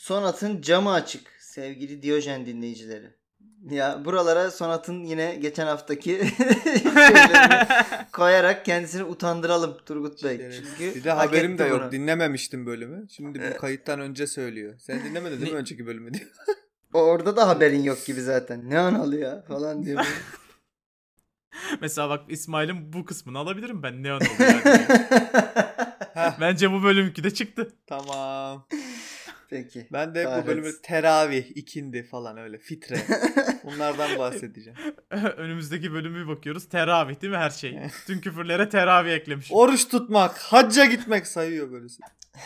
Sonat'ın camı açık sevgili Diyojen dinleyicileri. Ya buralara Sonat'ın yine geçen haftaki şeylerini koyarak kendisini utandıralım Turgut Bey. Çünkü bir de hak haberim etti de yok. bunu. Dinlememiştim bölümü. Şimdi bu kayıttan önce söylüyor. Sen dinlemedin değil mi önceki bölümü diyor. Orada da haberin yok gibi zaten. Ne analı ya falan diyor. Mesela bak İsmail'in bu kısmını alabilirim ben. Ne oluyor yani. Bence bu bölümki de çıktı. Tamam. Peki. Ben de bu bölümü teravih, ikindi falan öyle fitre. Bunlardan bahsedeceğim. Önümüzdeki bölüme bir bakıyoruz. Teravih değil mi her şey? Tüm küfürlere teravih eklemiş. Oruç tutmak, hacca gitmek sayıyor böylesi.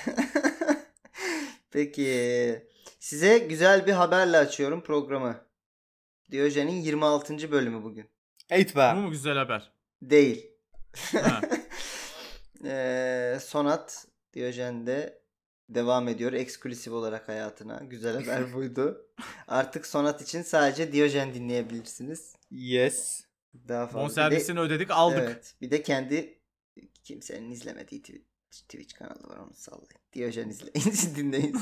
Peki. Size güzel bir haberle açıyorum programı. Diyojen'in 26. bölümü bugün. Eğit be. Bu mu güzel haber? Değil. Ha. Sonat Diyojen'de devam ediyor eksklusif olarak hayatına. Güzel haber buydu. Artık Sonat için sadece Diyojen dinleyebilirsiniz. Yes. Daha fazla. Bonservisini ödedik aldık. Evet. Bir de kendi kimsenin izlemediği Twitch kanalı var, onu sallayın. Diyojen izleyin, dinleyin.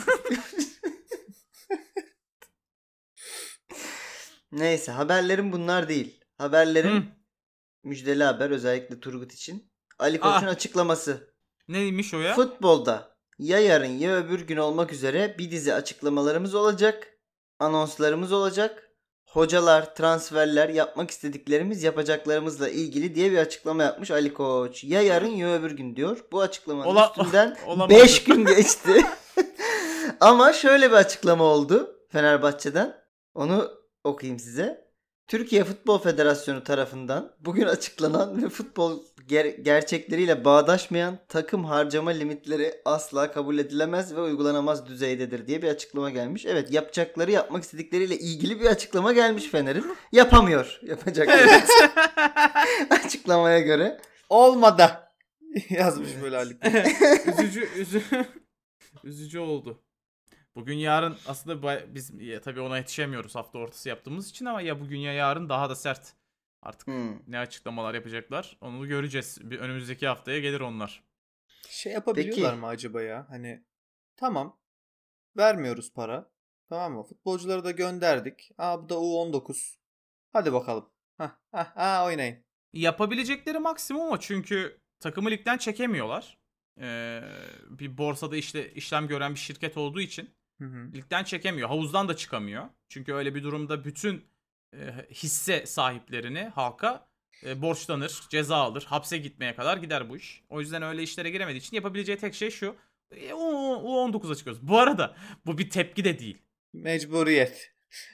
Neyse, haberlerim bunlar değil. Haberlerim müjdeli haber, özellikle Turgut için. Ali Koç'un açıklaması. Neymiş o ya? Futbolda ya yarın ya öbür gün olmak üzere bir dizi açıklamalarımız olacak. Anonslarımız olacak. Hocalar, transferler, yapmak istediklerimiz, yapacaklarımızla ilgili diye bir açıklama yapmış Ali Koç. Ya yarın ya öbür gün diyor. Bu açıklamanın üstünden 5 gün geçti. Ama şöyle bir açıklama oldu Fenerbahçe'den. Onu okuyayım size. Türkiye Futbol Federasyonu tarafından bugün açıklanan ve futbol gerçekleriyle bağdaşmayan takım harcama limitleri asla kabul edilemez ve uygulanamaz düzeydedir diye bir açıklama gelmiş. Evet, yapacakları, yapmak istedikleriyle ilgili bir açıklama gelmiş Fener'in. Yapamıyor. Yapacakları. Açıklamaya göre. Olmadı. Yazmış böyle Ali. Üzücü oldu. Bugün yarın aslında biz tabii ona yetişemiyoruz hafta ortası yaptığımız için, ama ya bugün ya yarın daha da sert. Artık ne açıklamalar yapacaklar onu göreceğiz. Bir önümüzdeki haftaya gelir onlar. Şey yapabiliyorlar mı acaba ya? Hani tamam, vermiyoruz para. Tamam mı? Futbolcuları da gönderdik. Bu da U19. Hadi bakalım. Oynayın. Yapabilecekleri maksimum o, çünkü takımı ligden çekemiyorlar. Bir borsada işlem gören bir şirket olduğu için ligden çekemiyor. Havuzdan da çıkamıyor. Çünkü öyle bir durumda bütün hisse sahiplerini halka borçlanır, ceza alır, hapse gitmeye kadar gider bu iş. O yüzden öyle işlere giremediği için yapabileceği tek şey şu: U19'a çıkıyoruz. Bu arada bu bir tepki de değil. Mecburiyet.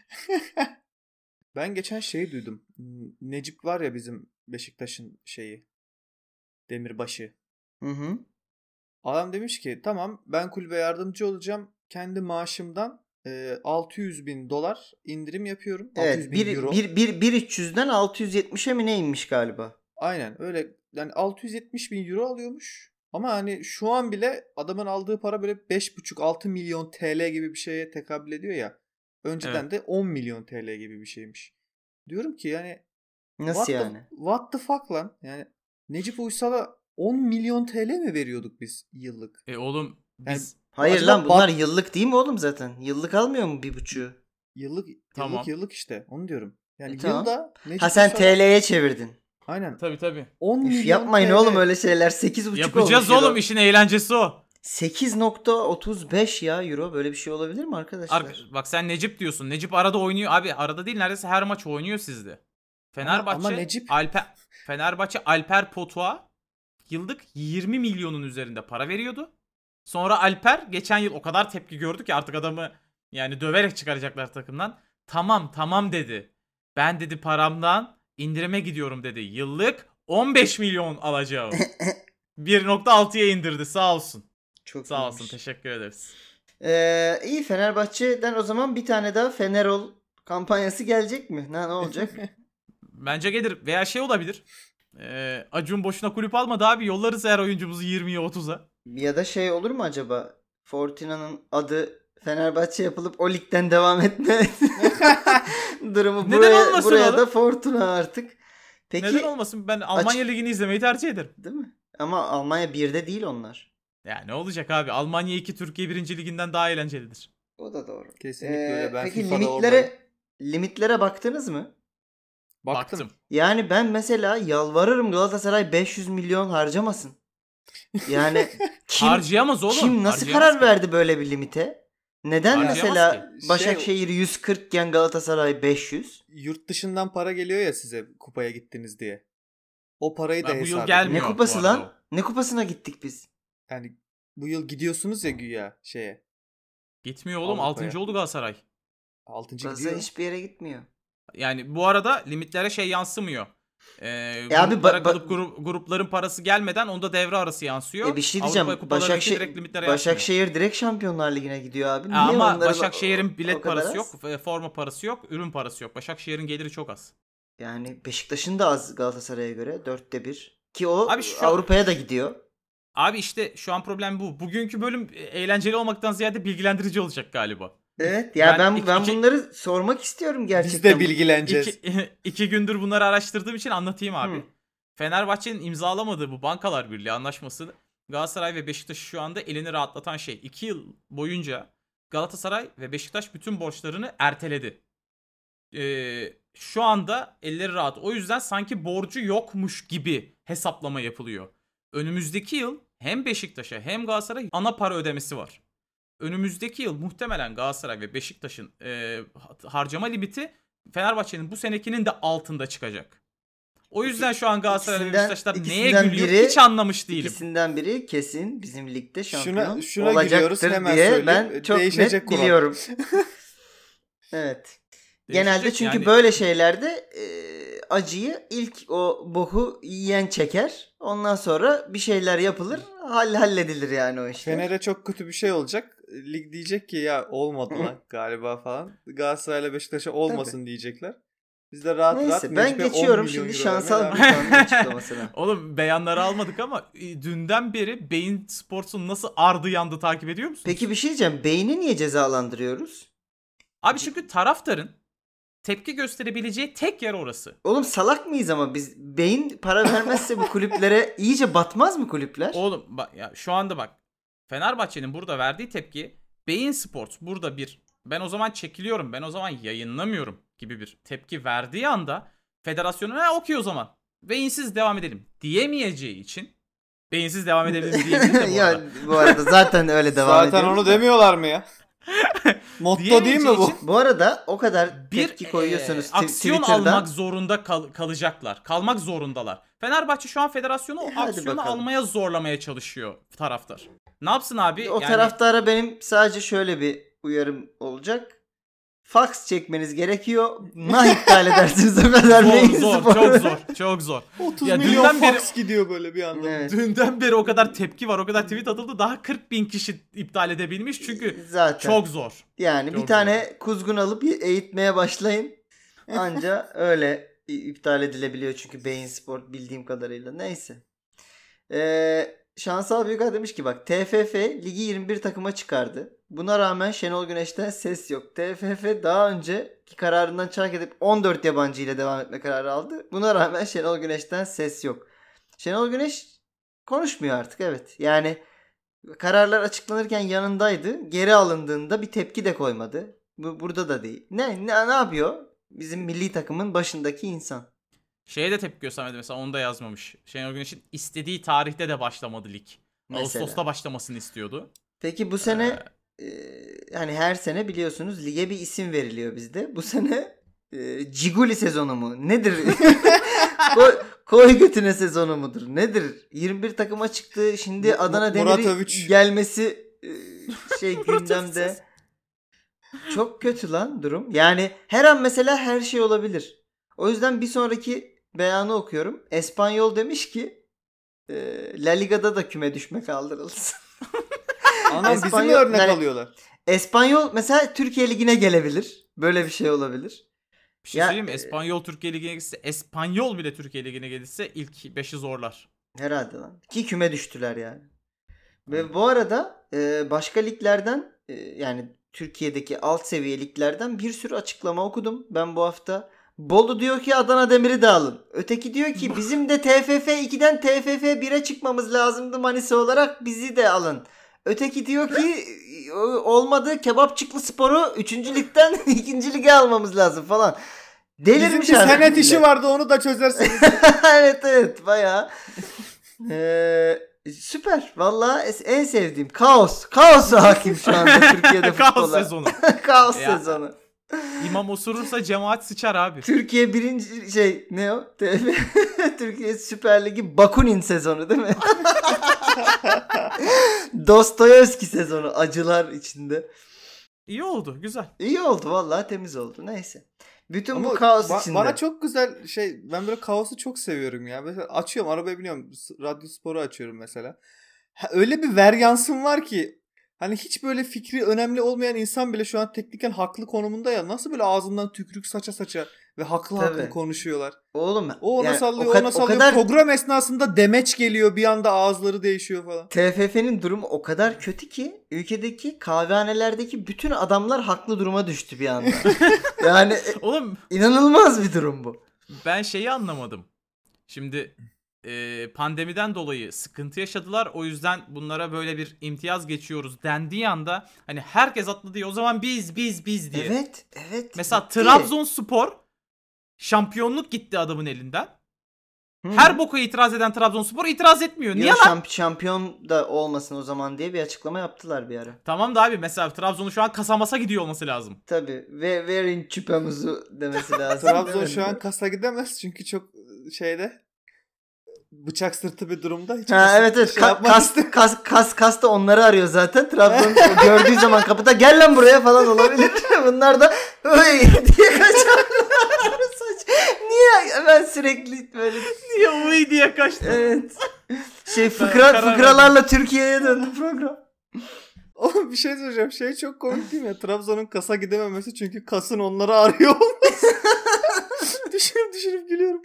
Ben geçen şeyi duydum. Necip var ya, bizim Beşiktaş'ın demirbaşı. Hı. Adam demiş ki tamam, ben kulübe yardımcı olacağım. Kendi maaşımdan $600.000 indirim yapıyorum. Evet, 1.300'den 670'e mi ne inmiş galiba? Aynen öyle, yani 670.000 euro alıyormuş. Ama hani şu an bile adamın aldığı para böyle 5,5-6 milyon TL gibi bir şeye tekabül ediyor ya. Önceden de 10 milyon TL gibi bir şeymiş. Diyorum ki yani nasıl yani? What the fuck lan? Yani Necip Uysal'a 10 milyon TL mi veriyorduk biz yıllık? Oğlum biz... Yani, hayır lan, bunlar yıllık değil mi oğlum zaten? Yıllık almıyor mu 1,5'u? Yıllık işte. Onu diyorum. Yani tamam. Yılda Necip sen TL'ye çevirdin. Aynen. Tabii. 10 milyon yapmayın TL. oğlum öyle şeyler. 8,5 yapacağız olmuş oğlum euro. işin eğlencesi o. 8.35 ya euro. Böyle bir şey olabilir mi arkadaşlar? Bak sen Necip diyorsun. Necip arada oynuyor. Abi arada değil, neredeyse her maç oynuyor sizde. Fenerbahçe ama Necip... Fenerbahçe Alper Potuk'a yıllık 20 milyonun üzerinde para veriyordu. Sonra Alper geçen yıl o kadar tepki gördü ki artık adamı yani döverek çıkaracaklar takımdan. Tamam dedi. Ben dedi paramdan indirime gidiyorum dedi. Yıllık 15 milyon alacağım. 1.6'ya indirdi, sağ olsun. Çok sağ olsun, teşekkür ederiz. İyi, Fenerbahçe'den o zaman bir tane daha Fenerol kampanyası gelecek mi? Ne olacak? Bence gelir veya olabilir. Acun boşuna kulüp almadı abi, yollarız her oyuncumuzu 20'ye 30'a. Ya da olur mu acaba? Fortuna'nın adı Fenerbahçe yapılıp o ligden devam etme durumu. Buraya da Fortuna artık. Peki, neden olmasın? Ben Almanya Ligi'ni izlemeyi tercih ederim. Değil mi? Ama Almanya 1'de değil onlar. Ya ne olacak abi? Almanya 2 Türkiye 1. Liginden daha eğlencelidir. O da doğru. Kesinlikle öyle. Ben Peki FIFA'da olmayayım. limitlere baktınız mı? Baktım. Yani ben mesela yalvarırım Galatasaray 500 milyon harcamasın. Yani Harcayamaz oğlum. kim nasıl Harcayamaz karar ki. verdi böyle bir limite? Neden Harcayamaz mesela ki. Başakşehir 140 iken Galatasaray 500? Yurt dışından para geliyor ya size kupaya gittiniz diye. O parayı da Ben bu yıl hesap edin. gelmiyor. Ne bu kupası arada lan? Ne kupasına gittik biz? Yani bu yıl gidiyorsunuz ya güya şeye. Gitmiyor oğlum. Avrupa'ya. 6. oldu Galatasaray. 6. Galatasaray gidiyor. hiçbir yere gitmiyor. Yani bu arada limitlere şey yansımıyor. abi Gruplara kalıp grupların parası gelmeden onda devre arası yansıyor. Bir şey diyeceğim. Avrupa kupalarındaki direkt limitlere Başakşehir direkt Şampiyonlar Ligi'ne gidiyor abi. Niye Ama onları Başakşehir'in o bilet kadar parası az? yok, forma parası yok, ürün parası yok. Başakşehir'in geliri çok az. Yani Beşiktaş'ın da az Galatasaray'a göre. 1/4. Ki o Abi Avrupa'ya da gidiyor. Abi işte şu an problem bu. Bugünkü bölüm eğlenceli olmaktan ziyade bilgilendirici olacak galiba. Evet ya ben iki- bunları sormak istiyorum gerçekten. Biz de bilgileneceğiz. İki gündür bunları araştırdığım için anlatayım abi. Hı. Fenerbahçe'nin imzalamadığı bu Bankalar Birliği anlaşması Galatasaray ve Beşiktaş'ı şu anda elini rahatlatan şey. 2 yıl boyunca Galatasaray ve Beşiktaş bütün borçlarını erteledi. Şu anda elleri rahat. O yüzden sanki borcu yokmuş gibi hesaplama yapılıyor. Önümüzdeki yıl hem Beşiktaş'a hem Galatasaray'a ana para ödemesi var. Önümüzdeki yıl muhtemelen Galatasaray ve Beşiktaş'ın harcama limiti Fenerbahçe'nin bu senekinin de altında çıkacak. O yüzden şu an Galatasaray ve Beşiktaşlar neye ikisinden gülüyor biri- hiç anlamış değilim. İkisinden biri kesin bizim ligde şampiyon Şuna olacaktır giriyoruz, hemen diye söyleyeyim. ben çok Değişecek net kural. biliyorum. Evet. Genelde Değişecek çünkü yani. böyle şeylerde acıyı ilk o boku yiyen çeker. Ondan sonra bir şeyler yapılır. Halledilir yani o işler. Fener'e çok kötü bir şey olacak. Lig diyecek ki ya olmadı lan galiba falan. Galatasaray'la Beşiktaş'a olmasın diyecekler. Biz de rahat rahat Neyse ben mecbur 10 geçiyorum milyon şimdi euro şansal vermeye Gürkan'ın açıklamasına. Oğlum beyanları almadık ama dünden beri Bein Sports'un nasıl ardı yandı takip ediyor musunuz? Peki bir şey diyeceğim. Beyni niye cezalandırıyoruz? Abi çünkü taraftarın tepki gösterebileceği tek yer orası. Oğlum salak mıyız ama biz beyin para vermezse bu kulüplere iyice batmaz mı kulüpler? Oğlum bak ya şu anda bak Fenerbahçe'nin burada verdiği tepki Bein Sports burada ben o zaman çekiliyorum, ben o zaman yayınlamıyorum gibi bir tepki verdiği anda federasyonun okey o zaman beyinsiz devam edelim diyemeyeceği için beyinsiz devam edelim diyebilir de bu Ya arada. bu arada zaten öyle devam Zaten ediyoruz onu da. demiyorlar mı ya? Motto değil mi Diyemeyeceği bu? için Bu arada o kadar bir tepki koyuyorsunuz aksiyon Twitter'dan. almak zorunda kalacaklar. Kalmak zorundalar. Fenerbahçe şu an federasyonu o Hadi aksiyonu bakalım. almaya zorlamaya çalışıyor taraftar. Ne yapsın abi? O Yani taraftara benim sadece şöyle bir uyarım olacak. Fax çekmeniz gerekiyor. Nah iptal edersiniz o kadar. zor, çok zor. 30 Ya milyon dünden beri- fax gidiyor böyle bir anda. Evet. Dünden beri o kadar tepki var, o kadar tweet atıldı. Daha 40.000 kişi iptal edebilmiş çünkü Zaten. çok zor. Yani Çok bir tane kuzgun alıp eğitmeye başlayın. Anca öyle iptal edilebiliyor çünkü Bein Sport bildiğim kadarıyla. Neyse. Şansal Büyükay demiş ki bak TFF ligi 21 takıma çıkardı. Buna rağmen Şenol Güneş'ten ses yok. TFF daha önceki kararından çark edip 14 yabancı ile devam etme kararı aldı. Buna rağmen Şenol Güneş'ten ses yok. Şenol Güneş konuşmuyor artık, evet. Yani kararlar açıklanırken yanındaydı. Geri alındığında bir tepki de koymadı. Burada da değil. Ne yapıyor? Bizim milli takımın başındaki insan. Şeye de tepki göstermedi mesela, onu da yazmamış. Şenol Güneş'in istediği tarihte de başlamadı lig. Mesela. Ağustos'ta başlamasını istiyordu. Peki bu sene hani her sene biliyorsunuz lige bir isim veriliyor bizde. Bu sene Ciguli sezonu mu? Nedir? Koy götüne sezonu mudur? Nedir? 21 takıma çıktı. Şimdi Adana Murat Demir'i Övüç. gelmesi gündemde. Çok kötü lan durum. Yani her an mesela her şey olabilir. O yüzden bir sonraki beyanı okuyorum. Espanyol demiş ki La Liga'da da küme düşme kaldırılsın. Anam bizim mi Espanyol- örnek yani- alıyorlar? Espanyol mesela Türkiye Ligi'ne gelebilir. Böyle bir şey olabilir. Bir şey Ya, söyleyeyim mi? Espanyol Türkiye Ligi'ne gitse, Espanyol bile Türkiye Ligi'ne gelirse ilk 5'i zorlar. Herhalde lan. Ki küme düştüler yani. Ve bu arada başka liglerden yani Türkiye'deki alt seviye liglerden bir sürü açıklama okudum ben bu hafta. Bolu diyor ki Adana Demir'i de alın. Öteki diyor ki bizim de TFF 2'den TFF 1'e çıkmamız lazımdı Manisa olarak, bizi de alın. Öteki diyor ki olmadı, Kebapçıklı Spor'u 3. ligden 2. lige almamız lazım falan. Bizim Delirmiş bir artık senet millet. işi vardı, onu da çözersiniz. Evet bayağı. Süper. Vallahi en sevdiğim. Kaos hakim şu anda Türkiye'de futbola. Kaos sezonu. Kaos Ya. sezonu. İmam osurursa cemaat sıçar abi. Türkiye birinci ne o? Türkiye Süper Ligi Bakunin sezonu değil mi? Dostoyevski sezonu acılar içinde. İyi oldu, güzel. İyi oldu vallahi, temiz oldu. Neyse. Bütün Ama bu kaos içinde. bana çok güzel ben böyle kaosu çok seviyorum ya. Mesela açıyorum, arabaya biniyorum, Radyo Spor'u açıyorum mesela. Öyle bir veryansım var ki hani hiç böyle fikri önemli olmayan insan bile şu an tekniken haklı konumunda ya. Nasıl böyle ağzından tükürük saça ve haklı konuşuyorlar. Oğlum O ona yani sallıyor, ona sallıyor. kadar... Program esnasında demeç geliyor, bir anda ağızları değişiyor falan. TFF'nin durumu o kadar kötü ki ülkedeki kahvehanelerdeki bütün adamlar haklı duruma düştü bir anda. Yani Oğlum inanılmaz bir durum bu. ben şeyi anlamadım. Şimdi pandemiden dolayı sıkıntı yaşadılar. O yüzden bunlara böyle bir imtiyaz geçiyoruz dendiği anda hani herkes atladı diye, o zaman biz diye. Evet. Mesela Bitti. Trabzonspor şampiyonluk gitti adamın elinden. Her boka itiraz eden Trabzonspor itiraz etmiyor. Niye lan? Şampiyon da olmasın o zaman diye bir açıklama yaptılar bir ara. Tamam da abi mesela Trabzon'un şu an kasamasa gidiyor olması lazım. Tabii. Ve verin çüpemizi demesi lazım. Trabzon şu an kasa gidemez çünkü çok bıçak sırtı bir durumda. Hiç evet. Kas da onları arıyor zaten. Trabzon gördüğü zaman kapıda gel lan buraya falan olabilir. Bunlar da öy diye kaçarlar. Niye ben sürekli böyle Niye uy diye kaçtı? evet. Fıkralarla Türkiye'ye döndü program. Oğlum bir şey söyleyeceğim. Çok komik değil mi ya? Trabzon'un kasa gidememesi çünkü kasın onları arıyor olması. düşünüp gülüyorum.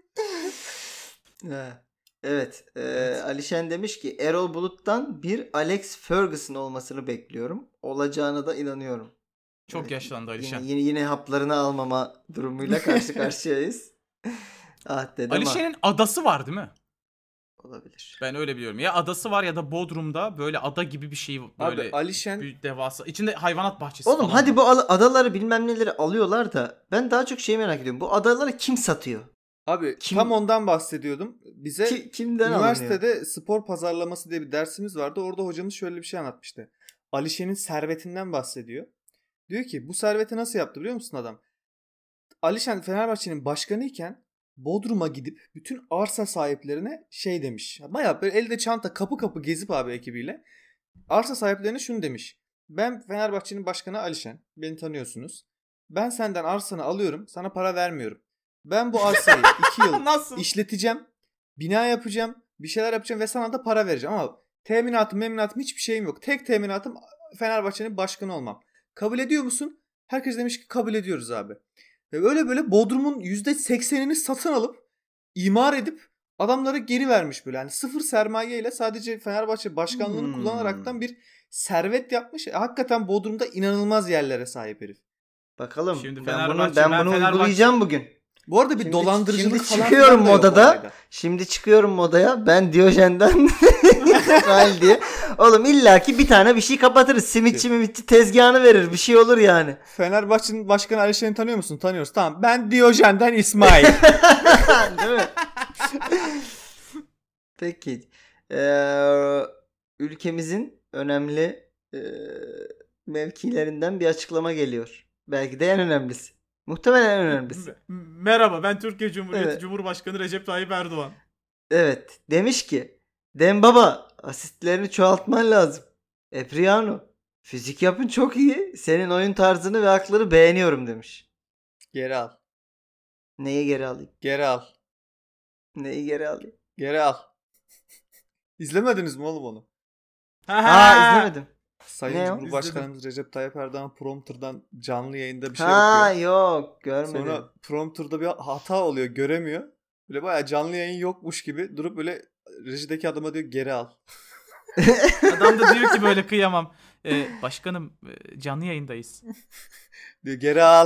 Evet. Alişen demiş ki Erol Bulut'tan bir Alex Ferguson olmasını bekliyorum. Olacağına da inanıyorum. Çok Evet, yaşlandı Alişen. Yine haplarını almama durumuyla karşı karşıyayız. Dedem Alişen'in adası var değil mi? Olabilir. Ben öyle biliyorum. Ya adası var ya da Bodrum'da böyle ada gibi bir şey, böyle abi, Alişen büyük devasa. İçinde hayvanat bahçesi Oğlum falan hadi var. bu adaları bilmem neleri alıyorlar da ben daha çok şeyi merak ediyorum. Bu adaları kim satıyor? Abi tam ondan bahsediyordum. Bize Kimden üniversitede alınıyor? spor pazarlaması diye bir dersimiz vardı. Orada hocamız şöyle bir şey anlatmıştı. Alişen'in servetinden bahsediyor. Diyor ki bu serveti nasıl yaptı biliyor musun adam? Alişen Fenerbahçe'nin başkanıyken Bodrum'a gidip bütün arsa sahiplerine demiş. Bayağı böyle elde çanta kapı kapı gezip abi ekibiyle arsa sahiplerine şunu demiş. Ben Fenerbahçe'nin başkanı Alişen. Beni tanıyorsunuz. Ben senden arsanı alıyorum. Sana para vermiyorum. Ben bu arsayı 2 yıl Nasıl? işleteceğim. Bina yapacağım. Bir şeyler yapacağım ve sana da para vereceğim. Ama teminatım hiçbir şeyim yok. Tek teminatım Fenerbahçe'nin başkanı olmam. Kabul ediyor musun? Herkes demiş ki kabul ediyoruz abi. Ve böyle Bodrum'un %80'ini satın alıp imar edip adamlara geri vermiş böyle. Yani sıfır sermayeyle sadece Fenerbahçe başkanlığını kullanaraktan bir servet yapmış. Hakikaten Bodrum'da inanılmaz yerlere sahip herif. Bakalım. Şimdi Ben Fenerbahçe- bunu uygulayacağım bugün. Bu arada bir dolandırıcılık Şimdi falan çıkıyorum filan da yok modada. olayda. Şimdi çıkıyorum modaya. Ben Diyojen'den İsmail diye. Oğlum illaki bir tane bir şey kapatırız. Simitçi tezgahını verir. Bir şey olur yani. Fenerbahçe'nin başkanı Alişen'i tanıyor musun? Tanıyoruz. Tamam. Ben Diyojen'den İsmail. Değil mi? Peki. Ülkemizin önemli mevkilerinden bir açıklama geliyor. Belki de en önemlisi. Muhtemelen en önemlisi. Merhaba, ben Türkiye Cumhuriyeti Evet. Cumhurbaşkanı Recep Tayyip Erdoğan. Evet. Demiş ki Dembaba asistlerini çoğaltman lazım. Epriano fizik yapın çok iyi. Senin oyun tarzını ve hakları beğeniyorum demiş. Geri al. Neyi geri alayım? Geri al. Neyi geri alayım? Geri al. İzlemediniz mi oğlum onu? İzlemedim. Sayın Ne o? Cumhurbaşkanımız Recep Tayyip Erdoğan prompterdan canlı yayında bir şey Ha yapıyor. yok görmedim. Sonra prompterda bir hata oluyor, göremiyor. Böyle bayağı canlı yayın yokmuş gibi durup böyle rejideki adama diyor geri al. Adam da diyor ki böyle kıyamam. Başkanım canlı yayındayız. Diyor geri al.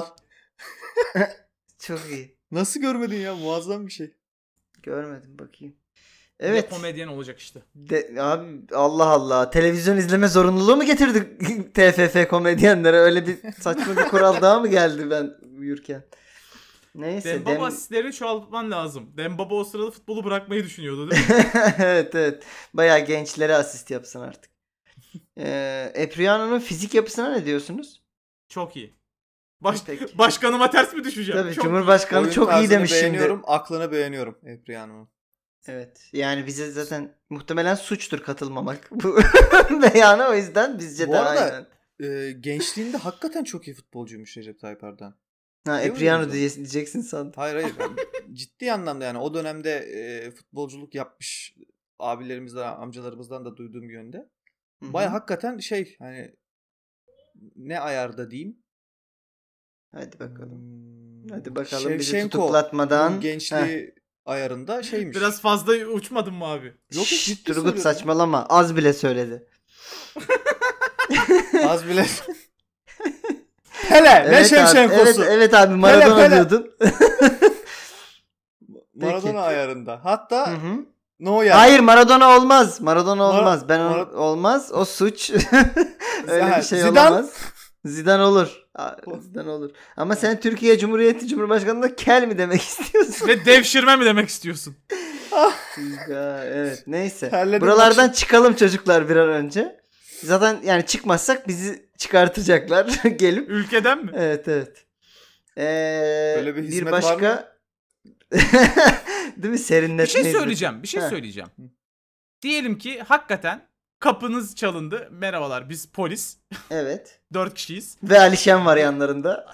Çok iyi. Nasıl görmedin ya? Muazzam bir şey. Görmedim bakayım. Evet. komedyen olacak işte. Abi Allah Allah. Televizyon izleme zorunluluğu mu getirdik TFF komedyenlere? Öyle bir saçma bir kural daha mı geldi ben uyurken? Neyse. Dembaba asistlerini çoğaltman lazım. Dembaba o sırada futbolu bırakmayı düşünüyordu değil mi? Evet evet. Bayağı gençlere asist yapsın artık. Epriano'nun fizik yapısına ne diyorsunuz? Çok iyi. Peki. Başkanıma ters mi düşeceğim? Tabii Çok Cumhurbaşkanı Oyun çok iyi tarzını demiş beğeniyorum, şimdi. aklını beğeniyorum Epriano'nun. Evet. Yani bize zaten muhtemelen suçtur katılmamak bu beyana, o yüzden bizce Bu de arada aynen. gençliğinde hakikaten çok iyi futbolcuymuş Recep Tayyip Erdoğan. Ha, Biliyor Epriano muydunuz diyeceksin sandım. Hayır ben ciddi anlamda yani o dönemde futbolculuk yapmış abilerimizden, amcalarımızdan da duyduğum yönde. Hı hı. Baya hakikaten şey hani ne ayarda diyeyim. Hadi bakalım. Hadi bakalım bizi Şevşenko tutuklatmadan. bu gençliği ayarında şeymiş. Biraz fazla uçmadın mı abi? Yok Şşş, ciddi Turgut söylüyorum. saçmalama. Az bile söyledi. Az bile. Hele ne Evet abi, Şevşenko'su. evet abi Maradona Pele. diyordun. Maradona ayarında. Hı Hatta hı. Neuer. Hayır Maradona olmaz. Maradona olmaz. Mara- Olmaz. O suç. Öyle Ha, bir şey Zidane. olamaz. Zidane olur. Zidane olur. Ama sen Türkiye Cumhuriyeti Cumhurbaşkanı'na kel mi demek istiyorsun? Ve devşirme mi demek istiyorsun? Ya, evet neyse. Terledim Buralardan çıkalım çocuklar bir an önce. Zaten yani çıkmazsak bizi çıkartacaklar gelip. Ülkeden mi? Evet evet. Böyle bir bir hizmet var başka değil mi, Bir serinletme şey hizmeti. söyleyeceğim. Bir şey Ha. söyleyeceğim. Diyelim ki hakikaten kapınız çalındı. Merhabalar biz polis. Evet. 4 kişiyiz. Ve Alişen var yanlarında.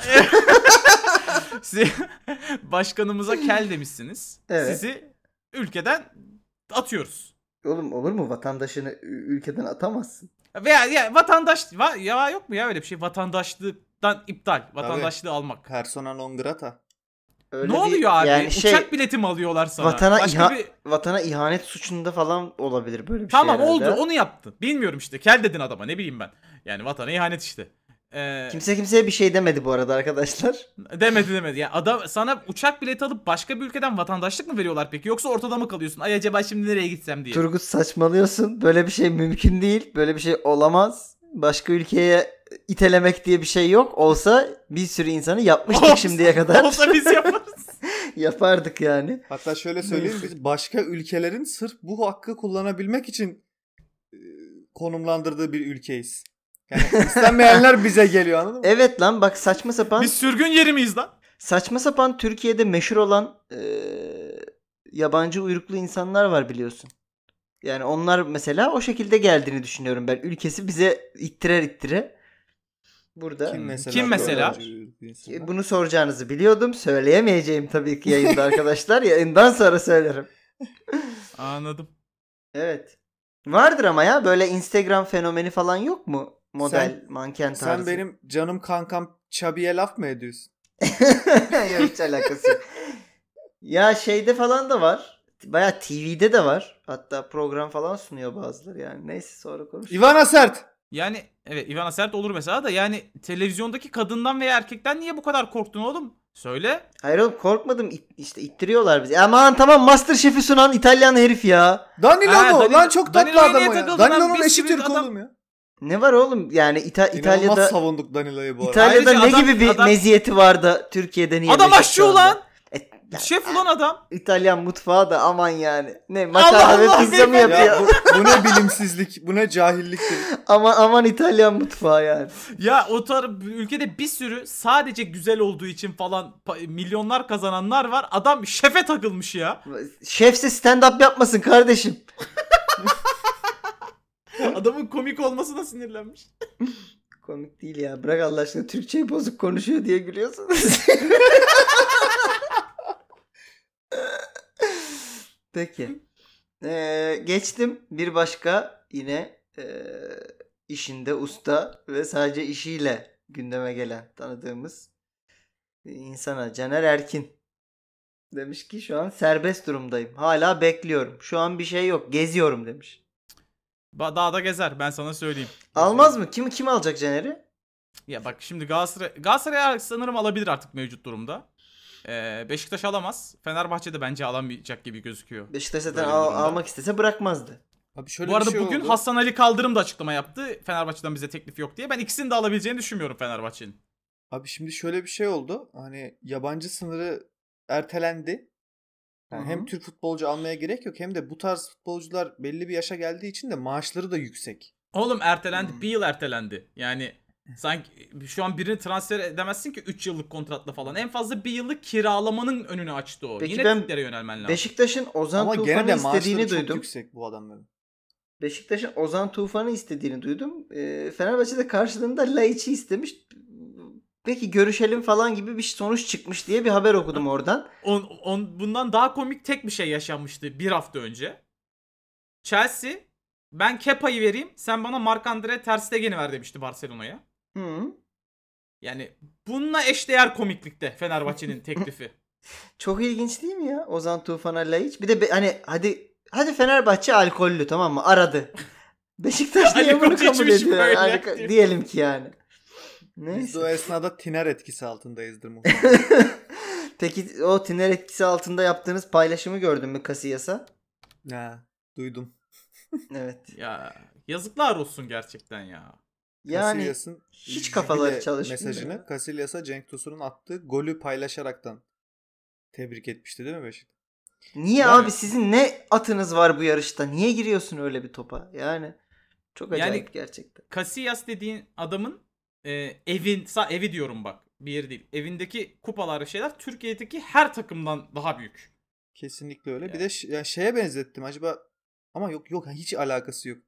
Başkanımıza kel demişsiniz. Evet. Sizi ülkeden atıyoruz. Oğlum olur mu, vatandaşını ülkeden atamazsın. Veya ya vatandaş ya yok mu ya öyle bir şey? Vatandaşlıktan iptal. Vatandaşlığı almak. Persona non grata. Öyle Ne oluyor abi? yani Uçak bileti mi alıyorlar sana? vatana Başka vatana ihanet suçunda falan olabilir böyle bir Tamam şey herhalde. oldu onu yaptı. Bilmiyorum işte. Kel dedin adama ne bileyim ben. Yani vatana ihanet işte. Kimse kimseye bir şey demedi bu arada arkadaşlar. Demedi. Ya adam sana uçak bileti alıp başka bir ülkeden vatandaşlık mı veriyorlar peki? Yoksa ortada mı kalıyorsun? Ay acaba şimdi nereye gitsem diye. Turgut saçmalıyorsun. Böyle bir şey mümkün değil. Böyle bir şey olamaz. Başka ülkeye itelemek diye bir şey yok. Olsa bir sürü insanı yapmıştık şimdiye kadar. Olsa biz yaparız. Yapardık yani. Hatta şöyle söyleyeyim biz başka ülkelerin sırf bu hakkı kullanabilmek için konumlandırdığı bir ülkeyiz. Yani istenmeyenler bize geliyor anladın mı? Evet lan bak, saçma sapan. Biz sürgün yeri miyiz lan? Saçma sapan Türkiye'de meşhur olan yabancı uyruklu insanlar var biliyorsun. Yani onlar mesela o şekilde geldiğini düşünüyorum ben. Ülkesi bize ittire. Burada. Kim mesela? Bunu soracağınızı biliyordum. Söyleyemeyeceğim tabii ki yayında arkadaşlar. Yayından sonra söylerim. Anladım. Evet. Vardır ama ya böyle Instagram fenomeni falan yok mu? Model, manken tarzı. Sen benim canım kankam Chubby'ye laf mı ediyorsun? Yok, hiç alakası yok. Ya şeyde falan da var. Baya TV'de de var. Hatta program falan sunuyor bazıları yani. Neyse sonra konuşuruz. Ivana Sert. Yani evet Ivana Sert olur mesela da yani televizyondaki kadından veya erkekten niye bu kadar korktun oğlum? Söyle. Hayır oğlum korkmadım. İşte ittiriyorlar bizi. Aman tamam, MasterChef'i sunan İtalyan herif ya. Danilo Ha, mu? Danilo- Lan çok tatlı Danilo'ya adam niye o ya. takıldın lan? Danilo'nun Biz eşi gibi Türk adam- oğlum ya. Ne var oğlum? Yani İnanılmaz İtalya'da savunduk Danilo'yu bu arada. İtalya'da Ayrıca ne adam- gibi bir adam- meziyeti var da Türkiye'de niye Adam meşhur aşçı şu anda? ulan. Ya, Şef ulan adam. İtalyan mutfağı da aman yani. Ne makarna ve Allah, pizza mı beyefendi. yapıyor? Ya bu ne bilimsizlik, bu ne cahilliktir. Aman İtalyan mutfağı yani. Ya o ülkede bir sürü sadece güzel olduğu için falan milyonlar kazananlar var. Adam şefe takılmış ya. Şefse stand-up yapmasın kardeşim. Adamın komik olmasına sinirlenmiş. Komik değil ya. Bırak Allah aşkına, Türkçeyi bozuk konuşuyor diye gülüyorsun. Peki. Geçtim bir başka yine işinde usta ve sadece işiyle gündeme gelen tanıdığımız bir insana, Caner Erkin. Demiş ki şu an serbest durumdayım. Hala bekliyorum. Şu an bir şey yok. Geziyorum demiş. Dağda gezer ben sana söyleyeyim. Almaz mı? Kim alacak Caner'i? Ya bak şimdi Galatasaray sanırım alabilir artık mevcut durumda. Beşiktaş alamaz. Fenerbahçe de bence alamayacak gibi gözüküyor. Beşiktaş zaten Böyle bir durumda. almak istese bırakmazdı. Abi şöyle Bu arada bir şey bugün oldu. Hasan Ali Kaldırım da açıklama yaptı. Fenerbahçe'den bize teklif yok diye. Ben ikisini de alabileceğini düşünmüyorum Fenerbahçe'nin. Abi şimdi şöyle bir şey oldu. Hani yabancı sınırı ertelendi. Yani Hı hı. hem Türk futbolcu almaya gerek yok hem de bu tarz futbolcular belli bir yaşa geldiği için de maaşları da yüksek. Oğlum ertelendi. Hmm. Bir yıl ertelendi. Yani sanki şu an birini transfer edemezsin ki 3 yıllık kontratla falan. En fazla bir yıllık kiralamanın önünü açtı o. Peki Yine ben Türklere yönelmen lazım. Beşiktaş'ın Ozan Ama gene Tufan'ı de istediğini maaşları çok duydum. yüksek bu adamların. Beşiktaş'ın Ozan Tufan'ı istediğini duydum. Fenerbahçe de karşılığında Laiç'i istemiş. Peki görüşelim falan gibi bir sonuç çıkmış diye bir haber okudum oradan. Bundan daha komik tek bir şey yaşanmıştı bir hafta önce. Chelsea ben Kepa'yı vereyim sen bana Marc-André ter Stegen'i ver demişti Barcelona'ya. Hı. Yani bununla eşdeğer komiklikte Fenerbahçe'nin teklifi. Çok ilginç değil mi ya? Ozan Tufan'a Laiç. Bir de hani hadi Fenerbahçe alkollü, tamam mı? Aradı. Beşiktaş Ali niye bunu Koç kabul içmiş ediyor? böyle. Yani, diyelim ki yani. Biz de o Neyse. esnada tiner etkisi altındayızdır muhtemelen. Peki o tiner etkisi altında yaptığınız paylaşımı gördün mü Casillas'a? Ha, duydum. Evet. Ya yazıklar olsun gerçekten ya. Yani Casillas'ın hiç kafaları jübile çalışmıyor mesajını ya. Casillas'a Cenk Tosun'un attığı golü paylaşaraktan tebrik etmişti değil mi Beşiktaş? Niye Yani- abi, sizin ne atınız var bu yarışta? Niye giriyorsun öyle bir topa? Yani çok Yani- acayip gerçekten. Casillas dediğin adamın evi diyorum bak bir yeri değil. Evindeki kupalar şeyler Türkiye'deki her takımdan daha büyük. Kesinlikle öyle. Yani. Bir de yani şeye benzettim acaba ama yok hiç alakası yok.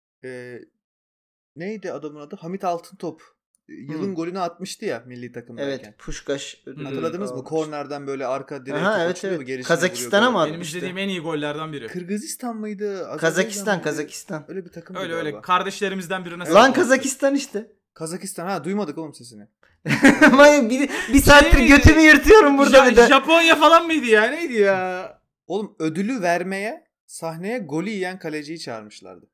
Neydi adamın adı? Hamit Altıntop. Yılın golünü atmıştı ya milli takımdayken. Evet, Puşkaş ödülü Hatırladınız mı? almış. Kornerden böyle arka direğe Aha, top evet, açılıyor evet. mu? Gelişine Kazakistan'a vuruyor mı böyle. Benim atmıştı? izlediğim en iyi gollerden biri. Kırgızistan mıydı? Azerbaycan Kazakistan, mıydı? Kazakistan. Öyle bir takımdı Öyle galiba. öyle kardeşlerimizden birine Lan sallama. Kazakistan işte. Kazakistan duymadık oğlum sesini. Ama bir saattir Şey- götümü yırtıyorum burada bir de. Japonya falan mıydı ya? Neydi ya? Oğlum ödülü vermeye sahneye golü yiyen kaleciyi çağırmışlardı.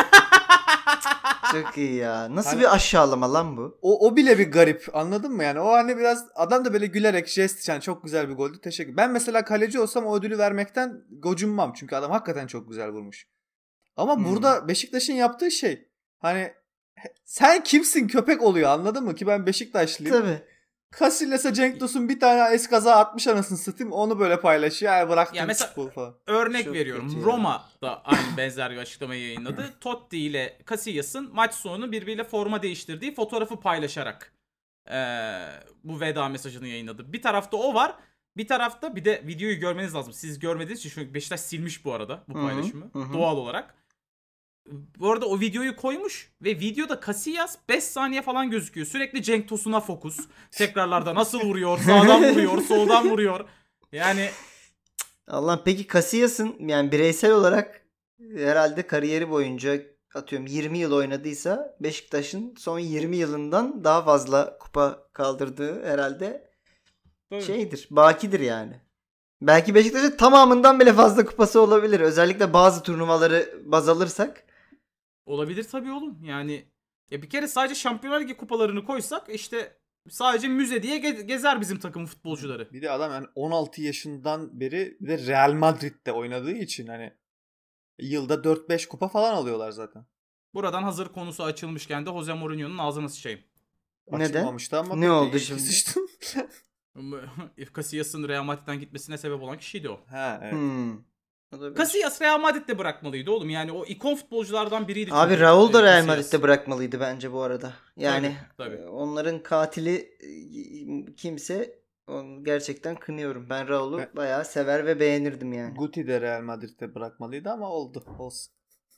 Çok iyi ya. Nasıl Hani- bir aşağılama lan bu? O bile bir garip, anladın mı yani? O hani biraz adam da böyle gülerek jest yani çok güzel bir goldü. Teşekkür. Ben mesela kaleci olsam o ödülü vermekten gocunmam. Çünkü adam hakikaten çok güzel vurmuş. Ama burada Beşiktaş'ın yaptığı şey hani sen kimsin köpek oluyor, anladın mı? Ki ben Beşiktaşlıyım. Tabii. Casillas'a Cenk Tosun bir tane eskaza atmış anasını satayım, onu böyle paylaşıyor. Yani bıraktım Ya mesela- futbol falan. Örnek Çok veriyorum. kötü ya. Roma da aynı benzer bir açıklamayı yayınladı. Totti ile Casillas'ın maç sonu birbiriyle forma değiştirdiği fotoğrafı paylaşarak bu veda mesajını yayınladı. Bir tarafta o var. Bir tarafta bir de videoyu görmeniz lazım. Siz görmediğiniz için çünkü Beşiktaş silmiş bu arada bu Hı hı, paylaşımı. hı. Doğal olarak. Bu arada o videoyu koymuş ve videoda Casillas 5 saniye falan gözüküyor. Sürekli Cenk Tosun'a fokus. Tekrarlarda nasıl vuruyor, sağdan vuruyor, soldan vuruyor. Yani Allah, peki Casillas'ın yani bireysel olarak herhalde kariyeri boyunca atıyorum 20 yıl oynadıysa Beşiktaş'ın son 20 yılından daha fazla kupa kaldırdığı herhalde tabii. şeydir. Bakidir yani. Belki Beşiktaş'ın tamamından bile fazla kupası olabilir. Özellikle bazı turnuvaları baz alırsak. Olabilir tabii oğlum. Yani ya bir kere sadece Şampiyonlar Ligi kupalarını koysak işte sadece müze diye gezer bizim takım futbolcuları. Bir de adam yani 16 yaşından beri bir de Real Madrid'de oynadığı için hani yılda 4-5 kupa falan alıyorlar zaten. Buradan hazır konusu açılmışken de Jose Mourinho'nun ağzına sıçayım. Neden? Açılmamıştı ama Ne peki, oldu iyi şimdi? ki sıçtın. Casillas'ın Real Madrid'den gitmesine sebep olan kişiydi o. Ha evet. Olabilir. Casillas Real Madrid'de bırakmalıydı oğlum. Yani o ikon futbolculardan biriydi. Abi çünkü, Raul da Real Casillas. Madrid'de bırakmalıydı bence bu arada. Yani Tabii. onların katili kimse, onu gerçekten kınıyorum. Ben Raul'u Ben- bayağı sever ve beğenirdim yani. Guti de Real Madrid'de bırakmalıydı ama oldu. Olsun.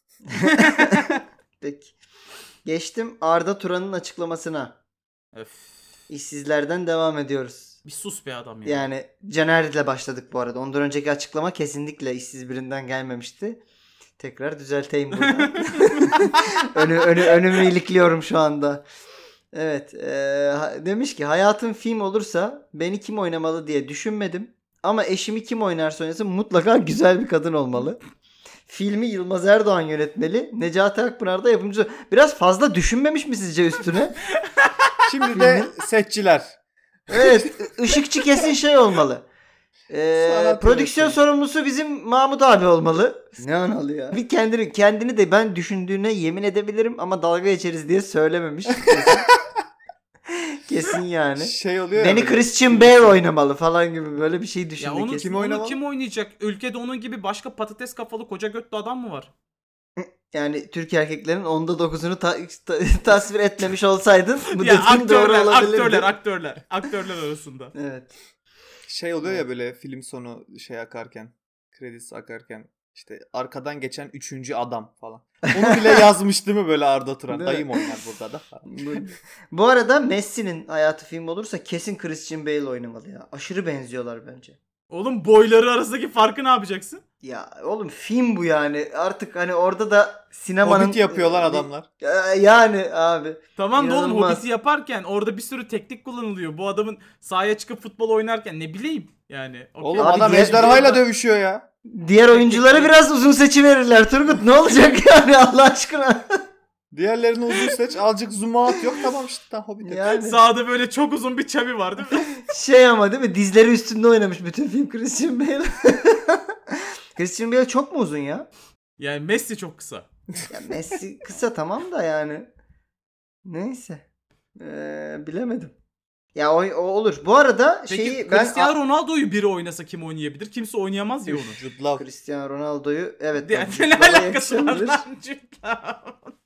Peki. Geçtim Arda Turan'ın açıklamasına. Öf. İşsizlerden devam ediyoruz. Bir sus be adam ya. Yani Caner'le başladık bu arada. Ondan önceki açıklama kesinlikle işsiz birinden gelmemişti. Tekrar düzelteyim buradan. Önümü ilikliyorum şu anda. Evet. Demiş ki hayatım film olursa beni kim oynamalı diye düşünmedim. Ama eşimi kim oynarsa oynasın mutlaka güzel bir kadın olmalı. Filmi Yılmaz Erdoğan yönetmeli. Necati Akpınar da yapımcı. Biraz fazla düşünmemiş mi sizce üstüne? Şimdi de setçiler. Evet, ışıkçı kesin şey olmalı. Sanat Prodüksiyon yönetmeni. sorumlusu bizim Mahmut abi olmalı. Ne analı ya. Bir kendini de ben düşündüğüne yemin edebilirim ama dalga geçeriz diye söylememiş. Kesin yani. Şey oluyor ya Beni böyle, Christian Bale oynamalı falan gibi böyle bir şey Ya düşündü onu kesin. Kim onu oynamalı? kim oynayacak? Ülkede onun gibi başka patates kafalı koca götlü adam mı var? Yani Türk erkeklerin onda 9'unu tasvir etmemiş olsaydın bu Ya dediğin doğru olabilirdi. aktörler arasında. Evet. Şey oluyor ya böyle film sonu şey akarken, kredisi akarken işte arkadan geçen 3. adam falan. Onu bile yazmış değil mi böyle Arda Turan? Değil mi? Dayım oynar burada da. Bu arada Messi'nin hayatı film olursa kesin Christian Bale oynamalı ya. Aşırı benziyorlar bence. Oğlum boyları arasındaki farkı ne yapacaksın? Ya oğlum film bu yani. Artık hani orada da sinemanın... Hobbit yapıyorlar adamlar. Yani abi. Tamam da oğlum İnanılmaz. Hobbit'i yaparken orada bir sürü teknik kullanılıyor. Bu adamın sahaya çıkıp futbol oynarken ne bileyim yani. Okey. Oğlum Abi adam diğer- ejderhayla dövüşüyor ya. Diğer oyunculara biraz uzun seçi verirler. Turgut ne olacak yani Allah aşkına? Diğerlerini uzun seç, azıcık zoom out yok, tamam işte tam Hobbit. Yani Sağda böyle çok uzun bir çabi var değil mi? şey ama değil mi? Dizleri üstünde oynamış bütün film Christian Bale. Christian Bale çok mu uzun ya? Yani Messi çok kısa. Ya Messi kısa tamam da yani. Neyse. Bilemedim. Ya o olur. Bu arada Peki şeyi ben Cristiano Ronaldo'yu biri oynasa kim oynayabilir? Kimse oynayamaz ya onu. Jude Law. Cristiano Ronaldo'yu evet. Ya, bak, ne Jude Law'a alakası var yakışabilir. lan cidden?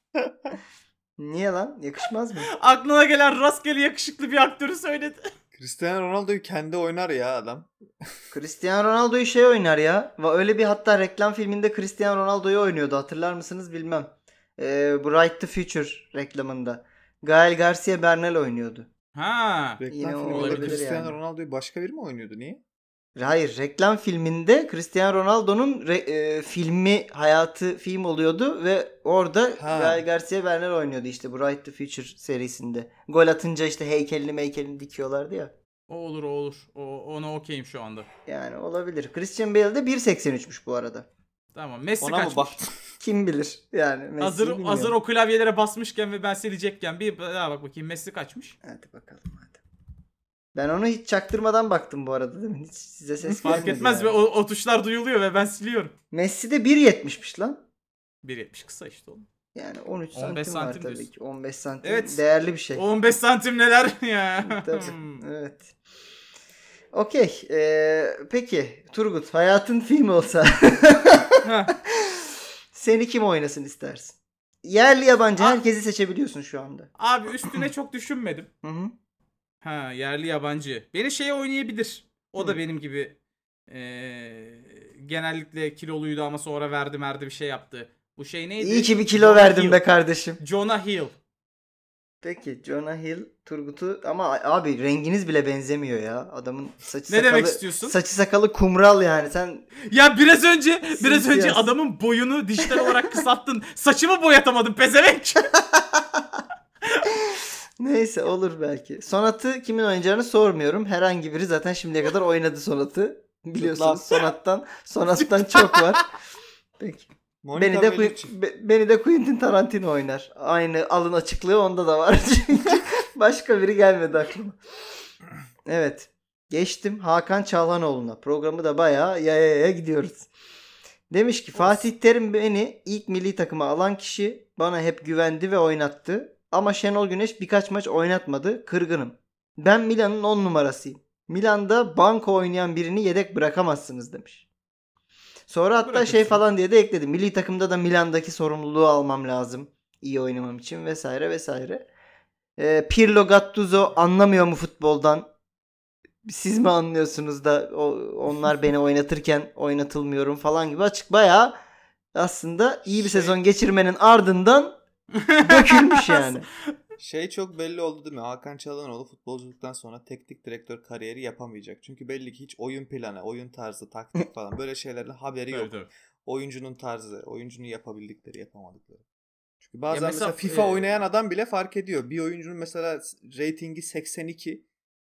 Niye lan? Yakışmaz mı? Aklına gelen rastgele yakışıklı bir aktörü söyledi. Cristiano Ronaldo'yu kendi oynar ya adam. Cristiano Ronaldo'yu şey oynar ya. Öyle bir hatta reklam filminde Cristiano Ronaldo'yu oynuyordu. Hatırlar mısınız bilmem. Bu Right to Future reklamında. Gael Garcia Bernal oynuyordu. Ha. Reklam Yine filminde olabilir Cristiano yani. Ronaldo'yu başka biri mi oynuyordu? Niye? Hayır, reklam filminde Cristiano Ronaldo'nun filmi hayatı film oluyordu ve orada Ha. Gael Garcia Bernal oynuyordu işte bu Right to Future serisinde. Gol atınca işte heykelini dikiyorlardı ya. O olur o olur. Ona okeyim şu anda. Yani olabilir. Christian Bale de 1.83'müş bu arada. Tamam. Messi Ona mı kaçmış? baktın? Kim bilir? Yani Messi'yi Hazır bilmiyorum. o klavyelere basmışken ve ben silecekken bir daha bak bakayım Messi kaçmış? Hadi bakalım hadi. Ben onu hiç çaktırmadan baktım bu arada değil mi? Hiç size ses Fark gelmedi etmez yani. ve o tuşlar duyuluyor ve ben siliyorum. Messi de 1.70'miş lan. 1.70 kısa işte oğlum. Yani 13 15 santim var santim tabii diyorsun. ki. 15 santim Evet. değerli bir şey. 15 santim neler ya. Tabii. Evet. Okey. Peki Turgut hayatın film olsa Heh. seni kim oynasın istersin? Yerli yabancı Aa. herkesi seçebiliyorsun şu anda. Abi üstüne çok düşünmedim. Hı hı. Ha yerli yabancı. Beni şeye oynayabilir. O da Hı. benim gibi genellikle kiloluydu ama sonra verdi bir şey yaptı. Bu şey neydi? İyi ki bir kilo Jonah verdim Hill. be kardeşim. Jonah Hill. Peki Jonah Hill Turgut'u ama abi renginiz bile benzemiyor ya. Adamın saçı Ne sakalı demek istiyorsun? saçı sakalı kumral yani. Sen Ya biraz önce Simsiyah. adamın boyunu dijital olarak kısalttın. Saçımı boyatamadın pezevenk. neyse olur belki. Sonat'ı kimin oynayacağını sormuyorum. Herhangi biri zaten şimdiye kadar oynadı Sonat'ı. Biliyorsunuz Sonat'tan çok var. Peki. Monica Bellucci. Beni de Quentin Tarantino oynar. Aynı alın açıklığı onda da var. Çünkü başka biri gelmedi aklıma. Evet. Geçtim Hakan Çalhanoğlu'na. Programı da bayağı yaya gidiyoruz. Demiş ki Fatih Terim beni ilk milli takıma alan kişi, bana hep güvendi ve oynattı. Ama Şenol Güneş birkaç maç oynatmadı. Kırgınım. Ben Milan'ın 10 numarasıyım. Milan'da banko oynayan birini yedek bırakamazsınız demiş. Sonra hatta Bırakırsın. şey falan diye de ekledi. Milli takımda da Milan'daki sorumluluğu almam lazım. İyi oynamam için vesaire vesaire. Pirlo Gattuso anlamıyor mu futboldan? Siz mi anlıyorsunuz da onlar beni oynatırken oynatılmıyorum falan gibi açık bayağı aslında iyi bir sezon geçirmenin ardından dökülmüş yani. Şey çok belli oldu değil mi? Hakan Çalhanoğlu futbolculuktan sonra teknik direktör kariyeri yapamayacak. Çünkü belli ki hiç oyun planı, oyun tarzı, taktik falan böyle şeylerle haberi yok. Evet. Oyuncunun tarzı, oyuncunun yapabildikleri, yapamadıkları. Çünkü bazen Ya mesela mesela, FIFA oynayan adam bile fark ediyor. Bir oyuncunun mesela ratingi 82.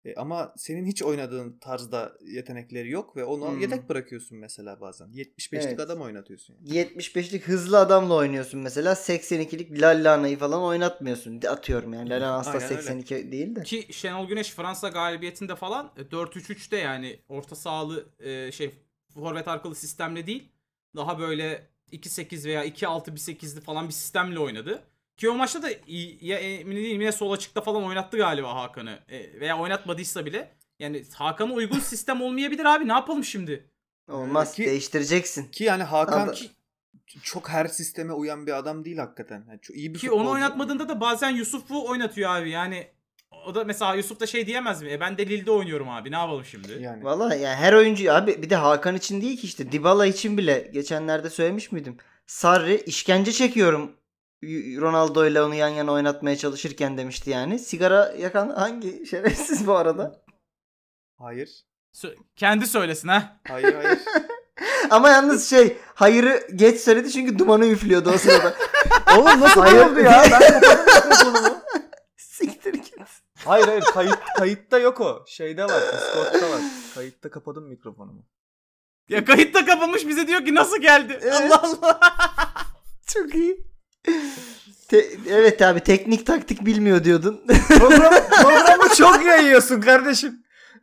Ama senin hiç oynadığın tarzda yetenekleri yok ve onu yedek bırakıyorsun mesela bazen. 75'lik Evet. adam oynatıyorsun. Yani. 75'lik hızlı adamla oynuyorsun mesela. 82'lik Lallana'yı falan oynatmıyorsun. Atıyorum yani. Lallana asla Aynen öyle. 82 değil de. Ki Şenol Güneş Fransa galibiyetinde falan 4-3-3'te yani orta sahalı forvet arkalı sistemle değil. Daha böyle 2-8 veya 2-6-1-8'li falan bir sistemle oynadı. Ki o maçta da ya emin değilim yine sol açıkta falan oynattı galiba Hakan'ı. Veya oynatmadıysa bile. Yani Hakan'a uygun sistem olmayabilir abi, ne yapalım şimdi? Olmaz. Ki değiştireceksin. yani Hakan Ada- çok her sisteme uyan bir adam değil hakikaten. Yani çok iyi bir Ki onu futbolcu. oynatmadığında da bazen Yusuf'u oynatıyor abi. Yani o da mesela Yusuf da şey diyemez mi? Ben de Lille'de oynuyorum abi. Ne yapalım şimdi? Yani. Vallahi yani her oyuncu abi, bir de Hakan için değil ki, işte Dybala için bile geçenlerde söylemiş miydim? Sarri işkence çekiyorum Ronaldo ile onu yan yana oynatmaya çalışırken demişti yani. Sigara yakan hangi şerefsiz bu arada? Hayır. Kendi söylesin ha. Hayır. Ama yalnız hayırı geç söyledi çünkü dumanı üflüyordu o sırada. Oğlum nasıl Hayır. oldu ya? Ben kapadım mikrofonumu. Siktir git. Hayır kayıtta yok o. Şeyde var. Discord'da var. Kayıtta kapadım mikrofonumu. Ya kayıtta kapamış, bize diyor ki nasıl geldi? Evet. Allah Allah. Çok iyi. Evet abi, teknik taktik bilmiyor diyordun. Programı çok yayıyorsun kardeşim.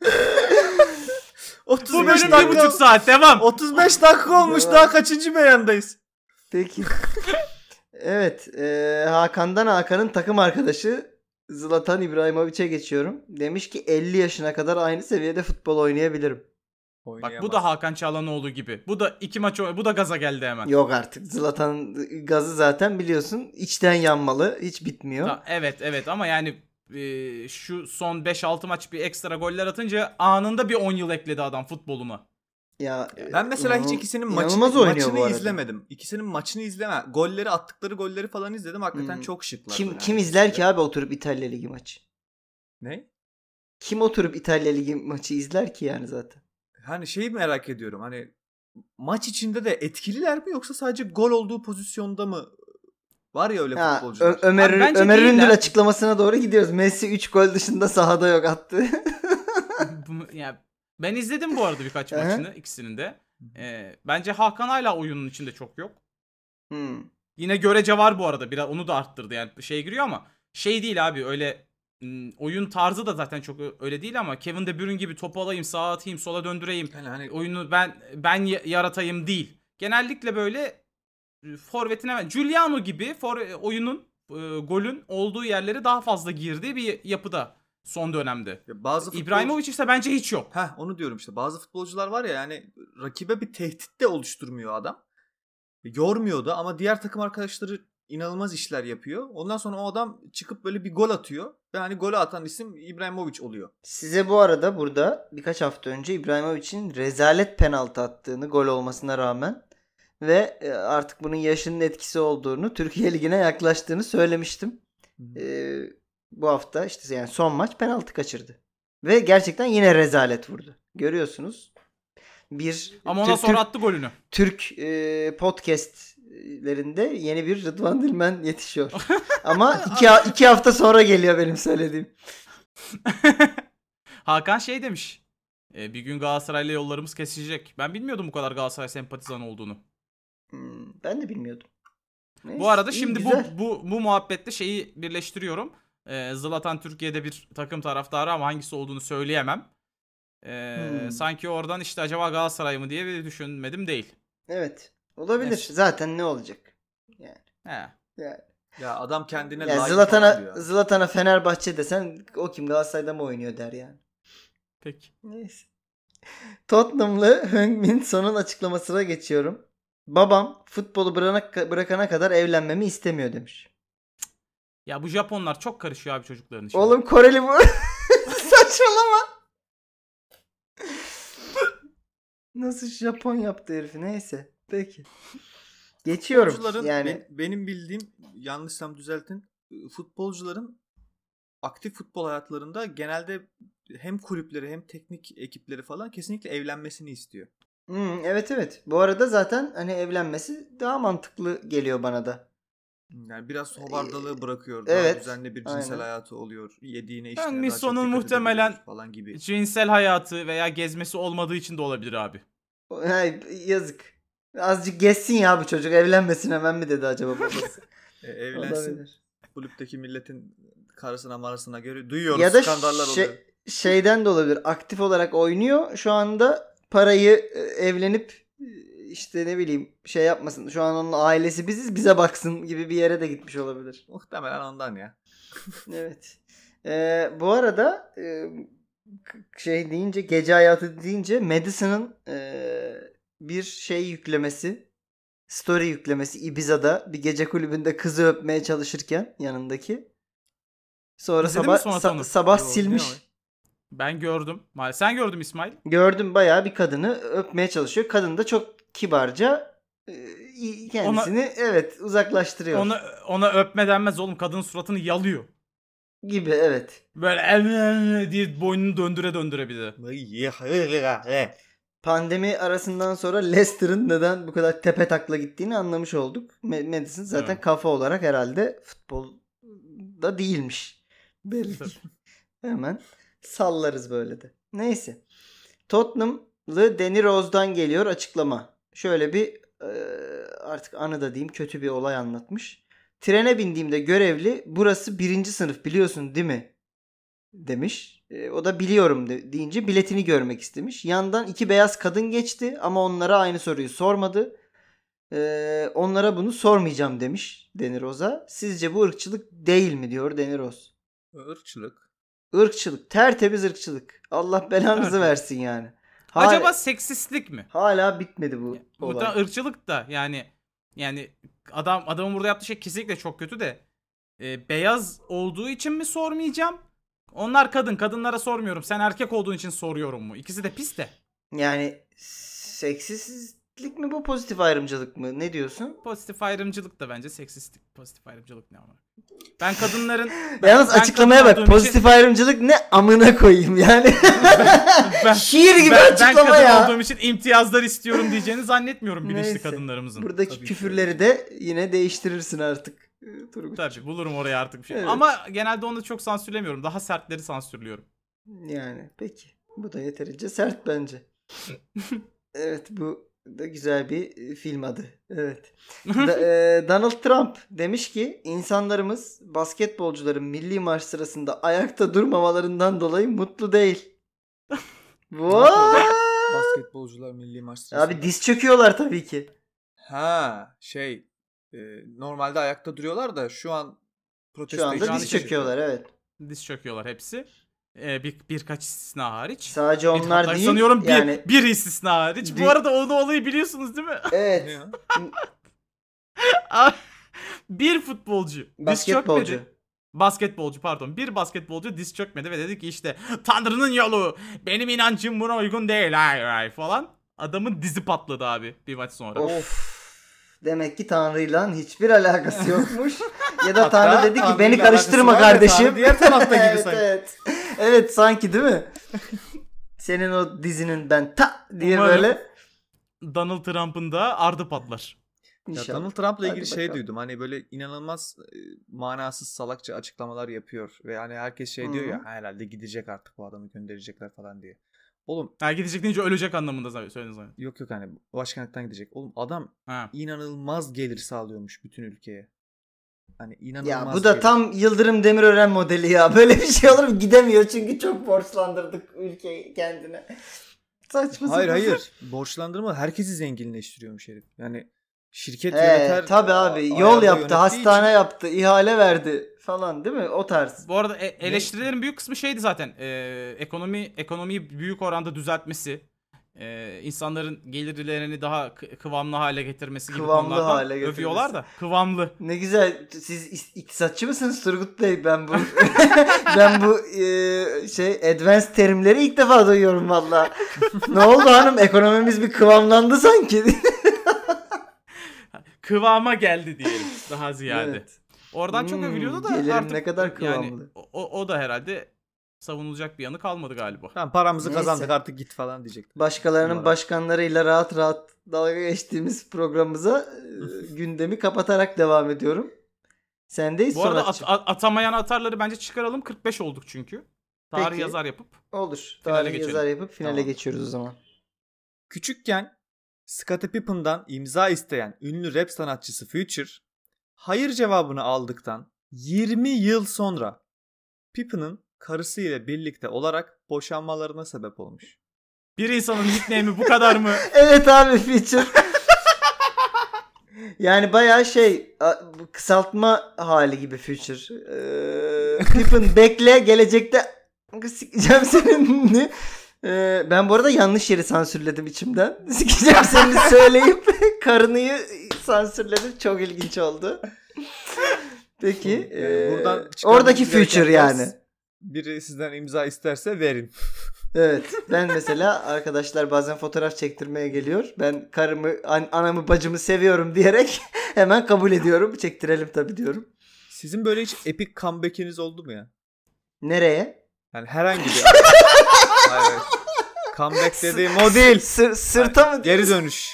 Bu 35 bölüm dakika, 1,5 saat devam. 35 dakika olmuş, Devam. daha kaçıncı beyandayız? Peki. Evet. Hakan'ın takım arkadaşı Zlatan İbrahimovic'e geçiyorum. Demiş ki 50 yaşına kadar aynı seviyede futbol oynayabilirim. Bak bu da Hakan Çalhanoğlu gibi. Bu da 2 maç bu da gaza geldi hemen. Yok artık. Zlatan gazı zaten biliyorsun içten yanmalı. Hiç bitmiyor. Evet ama yani şu son 5-6 maç bir ekstra goller atınca anında bir 10 yıl ekledi adam futboluna. Ya Ben mesela hiç inanıl- ikisinin inanılmaz oynuyor bu maçını arada. izlemedim. İkisinin maçını izleme. Attıkları golleri falan izledim. Hakikaten çok şıklar. Kim izler ki abi oturup İtalya Ligi maçı? Ne? Kim oturup İtalya Ligi maçı izler ki yani zaten? Hani şeyi merak ediyorum. Hani maç içinde de etkililer mi yoksa sadece gol olduğu pozisyonda mı? Var ya öyle Ha, futbolcular. Ömer Abi bence Ündül değiller. açıklamasına doğru gidiyoruz. Messi 3 gol dışında sahada yok attı. Ya ben izledim bu arada birkaç Aha. maçını, ikisinin de. Bence Hakan hala oyunun içinde çok yok. Yine görece var bu arada. Biraz onu da arttırdı yani giriyor ama şey değil abi, öyle oyun tarzı da zaten çok öyle değil ama Kevin De Bruyne gibi topu alayım, sağa atayım, sola döndüreyim. Yani hani Oyunu ben yaratayım değil. Genellikle böyle forvetine Giuliano gibi oyunun golün olduğu yerleri daha fazla girdiği bir yapıda son dönemde. bazı İbrahimovic ise bence hiç yok. Onu diyorum işte. Bazı futbolcular var ya, yani rakibe bir tehdit de oluşturmuyor adam. Yormuyor da ama diğer takım arkadaşları inanılmaz işler yapıyor. Ondan sonra o adam çıkıp böyle bir gol atıyor. Ve hani golü atan isim İbrahimovic oluyor. Size bu arada burada birkaç hafta önce İbrahimovic'in rezalet penaltı attığını, gol olmasına rağmen ve artık bunun yaşının etkisi olduğunu, Türkiye Ligi'ne yaklaştığını söylemiştim. Bu hafta işte yani son maç penaltı kaçırdı. Ve gerçekten yine rezalet vurdu. Görüyorsunuz. Ama ondan sonra attı golünü. Türk podcastlerinde yeni bir Rıdvan Dilmen yetişiyor. Ama iki hafta sonra geliyor benim söylediğim. Hakan demiş. Bir gün Galatasaray'la yollarımız kesişecek. Ben bilmiyordum bu kadar Galatasaray sempatizanı olduğunu. Ben de bilmiyordum. Neyse, Bu arada iyi, şimdi güzel. bu muhabbette birleştiriyorum. Zlatan Türkiye'de bir takım taraftarı ama hangisi olduğunu söyleyemem. Sanki oradan işte acaba Galatasaray mı diye bir düşünmedim değil. Evet. Olabilir. Neyse. Zaten ne olacak? Yani. He. Ya adam kendine Yani layık olan diyor. Zlatan'a Fenerbahçe desen o kim, Galatasaray'da mı oynuyor der yani. Peki. Neyse. Tottenham'lı Heung-min Son'un açıklamasına geçiyorum. Babam futbolu bırakana kadar evlenmemi istemiyor demiş. Ya bu Japonlar çok karışıyor abi çocukların işine. Oğlum Koreli bu. Saçmalama. Nasıl Japon yaptı herifi, neyse. Peki. Geçiyorum. Futbolcuların Yani benim bildiğim, yanlışsam düzeltin, futbolcuların aktif futbol hayatlarında genelde hem kulüpleri hem teknik ekipleri falan kesinlikle evlenmesini istiyor. evet. Bu arada zaten hani evlenmesi daha mantıklı geliyor bana da. Yani biraz hovardalığı bırakıyor. Evet, Daha düzenli bir cinsel aynen. hayatı oluyor. Yediğine Yani içtiğine daha çok Misson'un dikkat muhtemelen edebiliyoruz falan gibi. cinsel hayatı veya gezmesi olmadığı için de olabilir abi. Hay, yazık. Azıcık gezsin ya bu çocuk. Evlenmesin hemen mi dedi acaba babası? Evlensin. Olabilir. Kulüpteki milletin karısına marasına göre duyuyoruz. Ya da Skandallar oluyor. şeyden de olabilir. Aktif olarak oynuyor. Şu anda parayı evlenip işte ne bileyim şey yapmasın. Şu an onun ailesi biziz, bize baksın gibi bir yere de gitmiş olabilir. Muhtemelen ondan ya. Evet. Bu arada şey deyince, gece hayatı deyince Madison'ın bir şey yüklemesi, story yüklemesi Ibiza'da bir gece kulübünde kızı öpmeye çalışırken yanındaki. Sonra İzledin mi sonra onu? sabah Yo, silmiş. ne o? Ben gördüm. Sen gördün mü İsmail? Gördüm, bayağı bir kadını öpmeye çalışıyor. Kadın da çok kibarca kendisini evet uzaklaştırıyor. Ona öpme denmez oğlum. Kadının suratını yalıyor. Gibi evet. Böyle "Emme" diye boynunu döndüre döndüre bir de. Pandemi arasından sonra Leicester'ın neden bu kadar tepe takla gittiğini anlamış olduk. Madison zaten Evet. kafa olarak herhalde futbolda değilmiş. Belli ki. Hemen sallarız böyle de. Neyse. Tottenham'lı Danny Rose'dan geliyor açıklama. Şöyle bir artık anı da diyeyim, kötü bir olay anlatmış. Trene bindiğimde görevli burası 1. sınıf biliyorsun değil mi? Demiş. O da biliyorum deyince biletini görmek istemiş. Yandan 2 beyaz kadın geçti ama onlara aynı soruyu sormadı. Onlara bunu sormayacağım demiş Danny Rose'a. Sizce bu ırkçılık değil mi diyor Danny Rose. Irkçılık. Irkçılık. Tertemiz ırkçılık. Allah belanızı Tertemiz. versin yani. Acaba seksistlik mi? Hala bitmedi bu olay. Muhtemelen ırkçılık da yani adamın burada yaptığı şey kesinlikle çok kötü de beyaz olduğu için mi sormayacağım? Onlar kadınlara sormuyorum. Sen erkek olduğun için soruyorum mu? İkisi de pis de. Yani seksistlik mi bu, pozitif ayrımcılık mı? Ne diyorsun? Pozitif ayrımcılık da bence seksistlik. Pozitif ayrımcılık ne ama? Ben kadınların Yalnız ben açıklamaya kadın bak. olduğum Pozitif ayrımcılık ne amına koyayım yani. ben, Şiir gibi ben açıklama kadın ya. olduğum için imtiyazlar istiyorum diyeceğini zannetmiyorum bilinçli Neyse. kadınlarımızın. Buradaki Tabii küfürleri de yine değiştirirsin artık. Turgut. Tabii bulurum oraya artık bir şey. Evet. Ama genelde onu çok sansürlemiyorum. Daha sertleri sansürlüyorum. Yani peki. Bu da yeterince sert bence. Evet, bu da güzel bir film adı. Evet. Donald Trump demiş ki insanlarımız basketbolcuların milli maç sırasında ayakta durmamalarından dolayı mutlu değil. What? Basketbolcular milli maç sırasında. Abi diz çöküyorlar tabii ki. Ha normalde ayakta duruyorlar da şu an protesto Şu anda için diz çöküyorlar evet. Diz çöküyorlar hepsi. Birkaç istisna hariç. Sadece onlar Hatta değil. sanıyorum yani bir istisna hariç. Bu arada onu olayı biliyorsunuz değil mi? Ne evet. ya? Bir futbolcu diz Basketbolcu. çökmedi. Basketbolcu pardon. Bir basketbolcu diz çökmedi ve dedi ki işte Tanrı'nın yolu. Benim inancım buna uygun değil. Hayır falan. Adamın dizi patladı abi bir maç sonra. Of. Demek ki Tanrı'yla hiçbir alakası yokmuş. Ya da Hatta Tanrı dedi ki Tanrı'yla beni karıştırma alakası var ve kardeşim. Tanrı diğer tarafta gibi Evet, sanki. evet. Evet sanki değil mi? Senin o dizinin ben ta diye Umarım böyle. Donald Trump'ın da ardı patlar. Ya İnşallah. Donald Trump'la ilgili Hadi şey bakalım. duydum. Hani böyle inanılmaz manasız salakça açıklamalar yapıyor. Ve hani herkes şey diyor ya herhalde gidecek artık bu adamı gönderecekler falan diye. Oğlum Ha, gidecek deyince ölecek anlamında söylediniz zaten. yok hani başkanlıktan gidecek. Oğlum adam Ha. inanılmaz gelir sağlıyormuş bütün ülkeye. Hani inanılmaz Ya bu da gelir. tam Yıldırım Demirören modeli ya. Böyle bir şey olur mu? Gidemiyor çünkü çok borçlandırdık ülkeyi kendine. Saçma Hayır sapan. hayır. Borçlandırma herkesi zenginleştiriyormuş herif. Yani şirket He, yöneter. tabii abi. Yol ayarda yaptı, yönettiği hastane için- yaptı, ihale verdi falan değil mi? O tarz. Bu arada eleştirilerin büyük kısmı şeydi zaten. Ekonomiyi büyük oranda düzeltmesi. İnsanların gelirlerini daha kıvamlı hale getirmesi gibi Kıvamlı konulardan hale getirmesi. övüyorlar da. Kıvamlı. Ne güzel. Siz iktisatçı mısınız Turgut Bey? Ben bu advanced terimleri ilk defa duyuyorum valla. Ne oldu hanım? Ekonomimiz bir kıvamlandı sanki. Kıvama geldi diyelim daha ziyade. Evet. Oradan çok övülüyordu da gelirim artık ne kadar kıvamlı. yani o da herhalde savunulacak bir yanı kalmadı galiba. Tamam paramızı Neyse. kazandık artık git falan diyecek. Başkalarının Numara. başkanlarıyla rahat rahat dalga geçtiğimiz programımıza gündemi kapatarak devam ediyorum. Sendeyiz Bu arada Sonatçığım. atamayan atarları bence çıkaralım. 45 olduk çünkü. Tarih Peki. yazar yapıp. Olur. Finale Tarih geçelim. yazar yapıp finale Tamam. geçiyoruz o zaman. Küçükken Scottie Pippen'dan imza isteyen ünlü rap sanatçısı Future, hayır cevabını aldıktan 20 yıl sonra Pippen'ın karısıyla birlikte olarak boşanmalarına sebep olmuş. Bir insanın nickname'i bu kadar mı? Evet abi Feature. Yani bayağı bu kısaltma hali gibi Future. Pippin bekle gelecekte sikeceğim seninle. Ben bu arada yanlış yeri sansürledim içimden. Sikeceğim seni söyleyip karınıyı sansürledim. Çok ilginç oldu. Peki. Buradan Oradaki çıkarmamız Future gereken yani. ders, biri sizden imza isterse verin. Evet. Ben mesela arkadaşlar bazen fotoğraf çektirmeye geliyor. Ben karımı, anamı, bacımı seviyorum diyerek hemen kabul ediyorum. Çektirelim tabii diyorum. Sizin böyle hiç epic comeback'iniz oldu mu ya? Nereye? Yani herhangi bir Hayır. Comeback dediğim o değil. Sırta mı? Geri dönüş.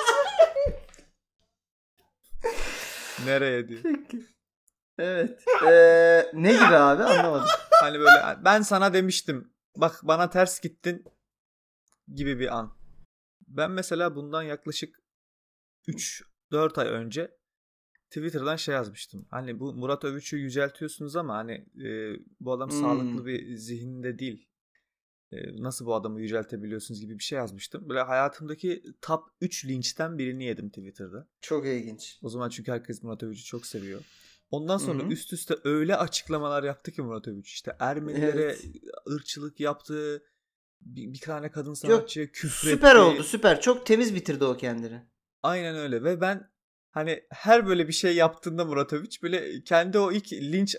Nereye diyor. Evet. Ne gibi abi anlamadım. Hani böyle ben sana demiştim. Bak bana ters gittin gibi bir an. Ben mesela bundan yaklaşık 3-4 ay önce Twitter'dan yazmıştım. Hani bu Murat Övüç'ü yüceltiyorsunuz ama hani bu adam sağlıklı bir zihinde değil. Nasıl bu adamı yüceltebiliyorsunuz gibi bir şey yazmıştım. Böyle hayatımdaki top 3 linçten birini yedim Twitter'da. Çok ilginç. O zaman çünkü herkes Murat Övüç'ü çok seviyor. Ondan sonra üst üste öyle açıklamalar yaptı ki Murat Övüç. İşte Ermenilere ırkçılık yaptı. Bir tane kadın sanatçıya küfretti. Süper oldu, süper. Çok temiz bitirdi o kendini. Aynen öyle ve ben hani her böyle bir şey yaptığında Murat Övüç böyle kendi o ilk linç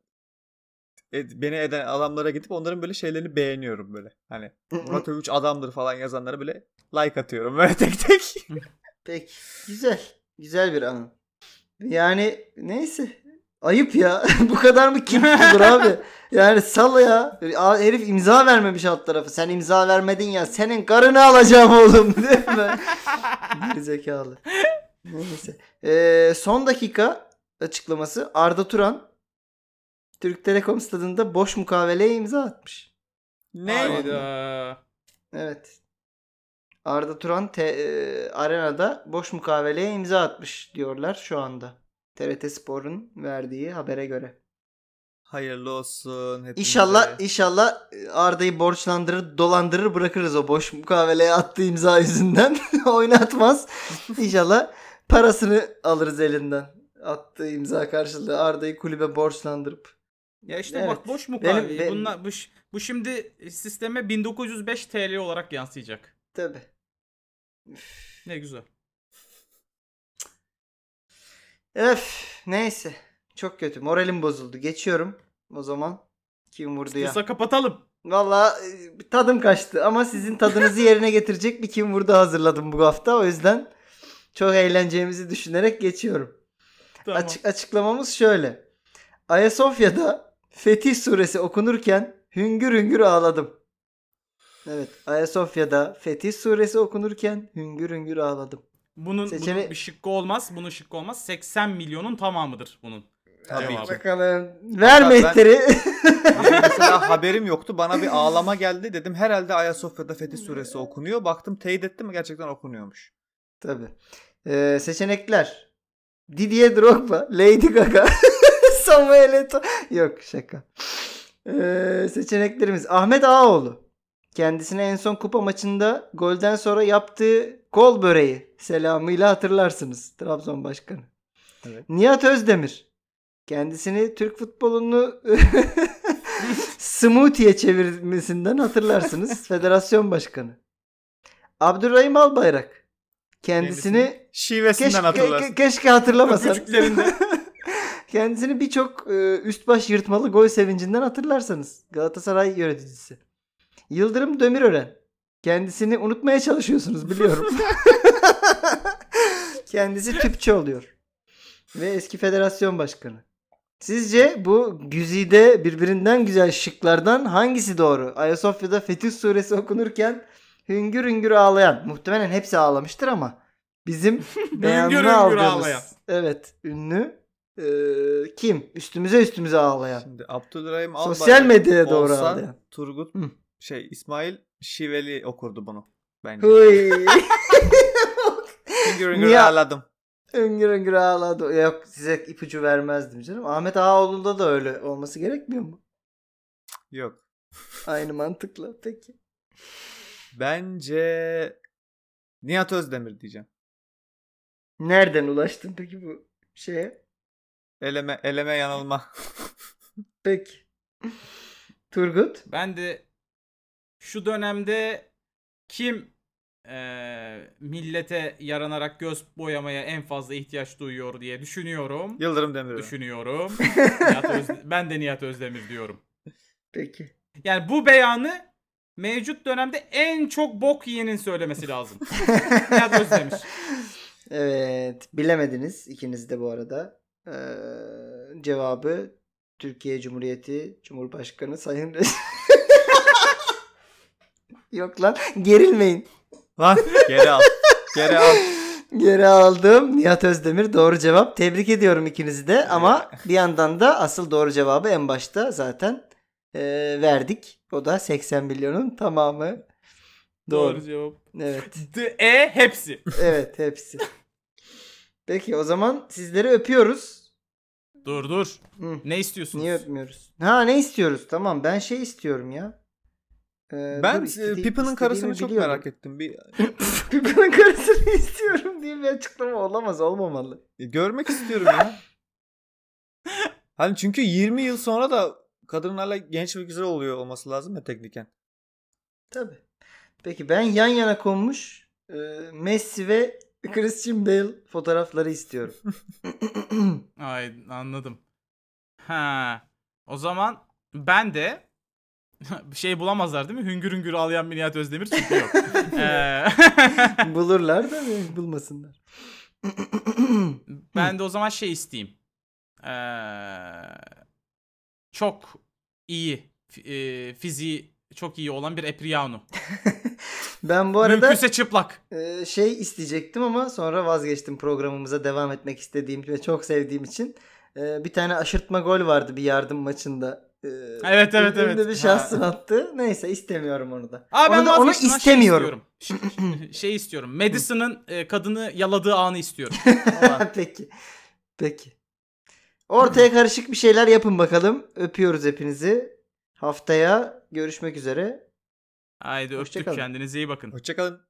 beni eden adamlara gidip onların böyle şeylerini beğeniyorum böyle. Hani Murat Övüç adamdır falan yazanlara böyle like atıyorum böyle tek tek. Peki. Güzel. Güzel bir anı. Yani neyse. Ayıp ya. Bu kadar mı kim tutulur abi? Yani sal ya. Herif imza vermemiş alt tarafı. Sen imza vermedin ya. Senin karını alacağım oğlum. Değil mi? Gerizekalı. Neyse. Son dakika açıklaması. Arda Turan Türk Telekom stadında boş mukaveleye imza atmış. Ne? Hayda. Evet. Arda Turan arenada boş mukaveleye imza atmış diyorlar şu anda. TRT Spor'un verdiği habere göre. Hayırlı olsun hepinize. İnşallah Arda'yı borçlandırır, dolandırır bırakırız o boş mukaveleye attığı imza yüzünden. Oynatmaz. İnşallah parasını alırız elinden. Attığı imza karşılığı Arda'yı kulübe borçlandırıp. Ya işte Evet. bak boş mukavele. Benim- Bunlar bu şimdi sisteme 1905 TL olarak yansıyacak. Tabii. Ne güzel. Neyse. Çok kötü. Moralim bozuldu. Geçiyorum o zaman. Kim vurdu ya? Kısa kapatalım. Valla tadım kaçtı ama sizin tadınızı yerine getirecek bir kim vurdu hazırladım bu hafta. O yüzden çok eğleneceğimizi düşünerek geçiyorum. Tamam. Açıklamamız şöyle. Ayasofya'da Fetih Suresi okunurken hüngür hüngür ağladım. Evet, Ayasofya'da Fetih Suresi okunurken hüngür hüngür ağladım. Bunun bir şıkkı olmaz. Bunun şıkkı olmaz. 80 milyonun tamamıdır bunun. Tabii cevabı. ki. Bakalım. Verme Ben- ihtiri. Benim mesela haberim yoktu. Bana bir ağlama geldi. Dedim herhalde Ayasofya'da Fetih Suresi okunuyor. Baktım teyit ettim mi gerçekten okunuyormuş. Tabii. Seçenekler. Didier Drogba, Lady Gaga, Samuel Eto'o. Yok şaka. Seçeneklerimiz. Ahmet Ağaoğlu. Kendisine en son kupa maçında golden sonra yaptığı kol böreği selamıyla hatırlarsınız. Trabzon Başkanı. Evet. Nihat Özdemir. Kendisini Türk futbolunu smoothie'ye çevirmesinden hatırlarsınız. Federasyon Başkanı. Abdurrahim Albayrak. Kendisini Şivesinden hatırlarsın. keşke hatırlamasan. Öpücüklerinde. Kendisini birçok üst baş yırtmalı gol sevincinden hatırlarsanız. Galatasaray yöneticisi. Yıldırım Demirören. Kendisini unutmaya çalışıyorsunuz biliyorum. Kendisi tüpçü oluyor. Ve eski federasyon başkanı. Sizce bu güzide birbirinden güzel şıklardan hangisi doğru? Ayasofya'da Fetih Suresi okunurken hüngür hüngür ağlayan. Muhtemelen hepsi ağlamıştır ama bizim hüngür beyanını aldığımız. ağlayan. Evet, ünlü Kim? Üstümüze ağlayan. Şimdi Abdülrahim Albay Sosyal medyaya doğru olsa ağlayan. Turgut Hı. İsmail Şiveli okurdu bunu bence. Hıy. Hüngür Niye- ağladım. Öngür öngür ağladı. Yok size ipucu vermezdim canım. Ahmet Ağaoğlu'nda da öyle olması gerekmiyor mu? Yok. Aynı mantıkla. Peki. Bence Nihat Özdemir diyeceğim. Nereden ulaştın peki bu şeye? Eleme yanılma. Peki. Turgut. Ben de şu dönemde kim millete yaranarak göz boyamaya en fazla ihtiyaç duyuyor diye düşünüyorum. Yıldırım Demirören. Düşünüyorum. Ben de Nihat Özdemir diyorum. Peki. Yani bu beyanı mevcut dönemde en çok bok yiyenin söylemesi lazım. Nihat Özdemir. Evet. Bilemediniz ikiniz de bu arada. Cevabı Türkiye Cumhuriyeti Cumhurbaşkanı Sayın Yok lan. Gerilmeyin. Lan geri al. Geri al. Geri aldım. Nihat Özdemir doğru cevap. Tebrik ediyorum ikinizi de. Ama bir yandan da asıl doğru cevabı en başta zaten verdik. O da 80 milyonun tamamı. Doğru cevap. Evet. Hepsi. Evet hepsi. Peki o zaman sizleri öpüyoruz. Dur. Hı. Ne istiyorsunuz? Niye öpmüyoruz? Ha ne istiyoruz? Tamam ben şey istiyorum ya. Ben Pippin'in karısını çok biliyorum. merak ettim. Pippin'in karısını istiyorum diye bir açıklama olamaz, olmamalı. Görmek istiyorum ya. Hani çünkü 20 yıl sonra da kadının hala genç ve güzel oluyor olması lazım ya tekniken. Tabii. Peki ben yan yana konmuş Messi ve Christian Bale fotoğrafları istiyorum. Ay anladım. Ha. O zaman ben de bir şey bulamazlar değil mi? Hüngür hüngür ağlayan bir Nihat Özdemir çünkü yok. Bulurlar da bulmasınlar. Ben de o zaman şey isteyeyim. Çok iyi fiziği çok iyi olan bir Epriano. Ben bu arada Mümkünse çıplak. şey isteyecektim ama sonra vazgeçtim programımıza devam etmek istediğim ve çok sevdiğim için. Bir tane aşırtma gol vardı bir yardım maçında. Evet. Önünde bir şahsın attı. Neyse istemiyorum onu da. Ben onu vazgeçtim lan, istemiyorum. Şey istiyorum. Madison'ın kadını yaladığı anı istiyorum. Peki. Ortaya karışık bir şeyler yapın bakalım. Öpüyoruz hepinizi. Haftaya görüşmek üzere. Haydi öptük, Hoşça kalın. kendinize iyi bakın. Hoşçakalın.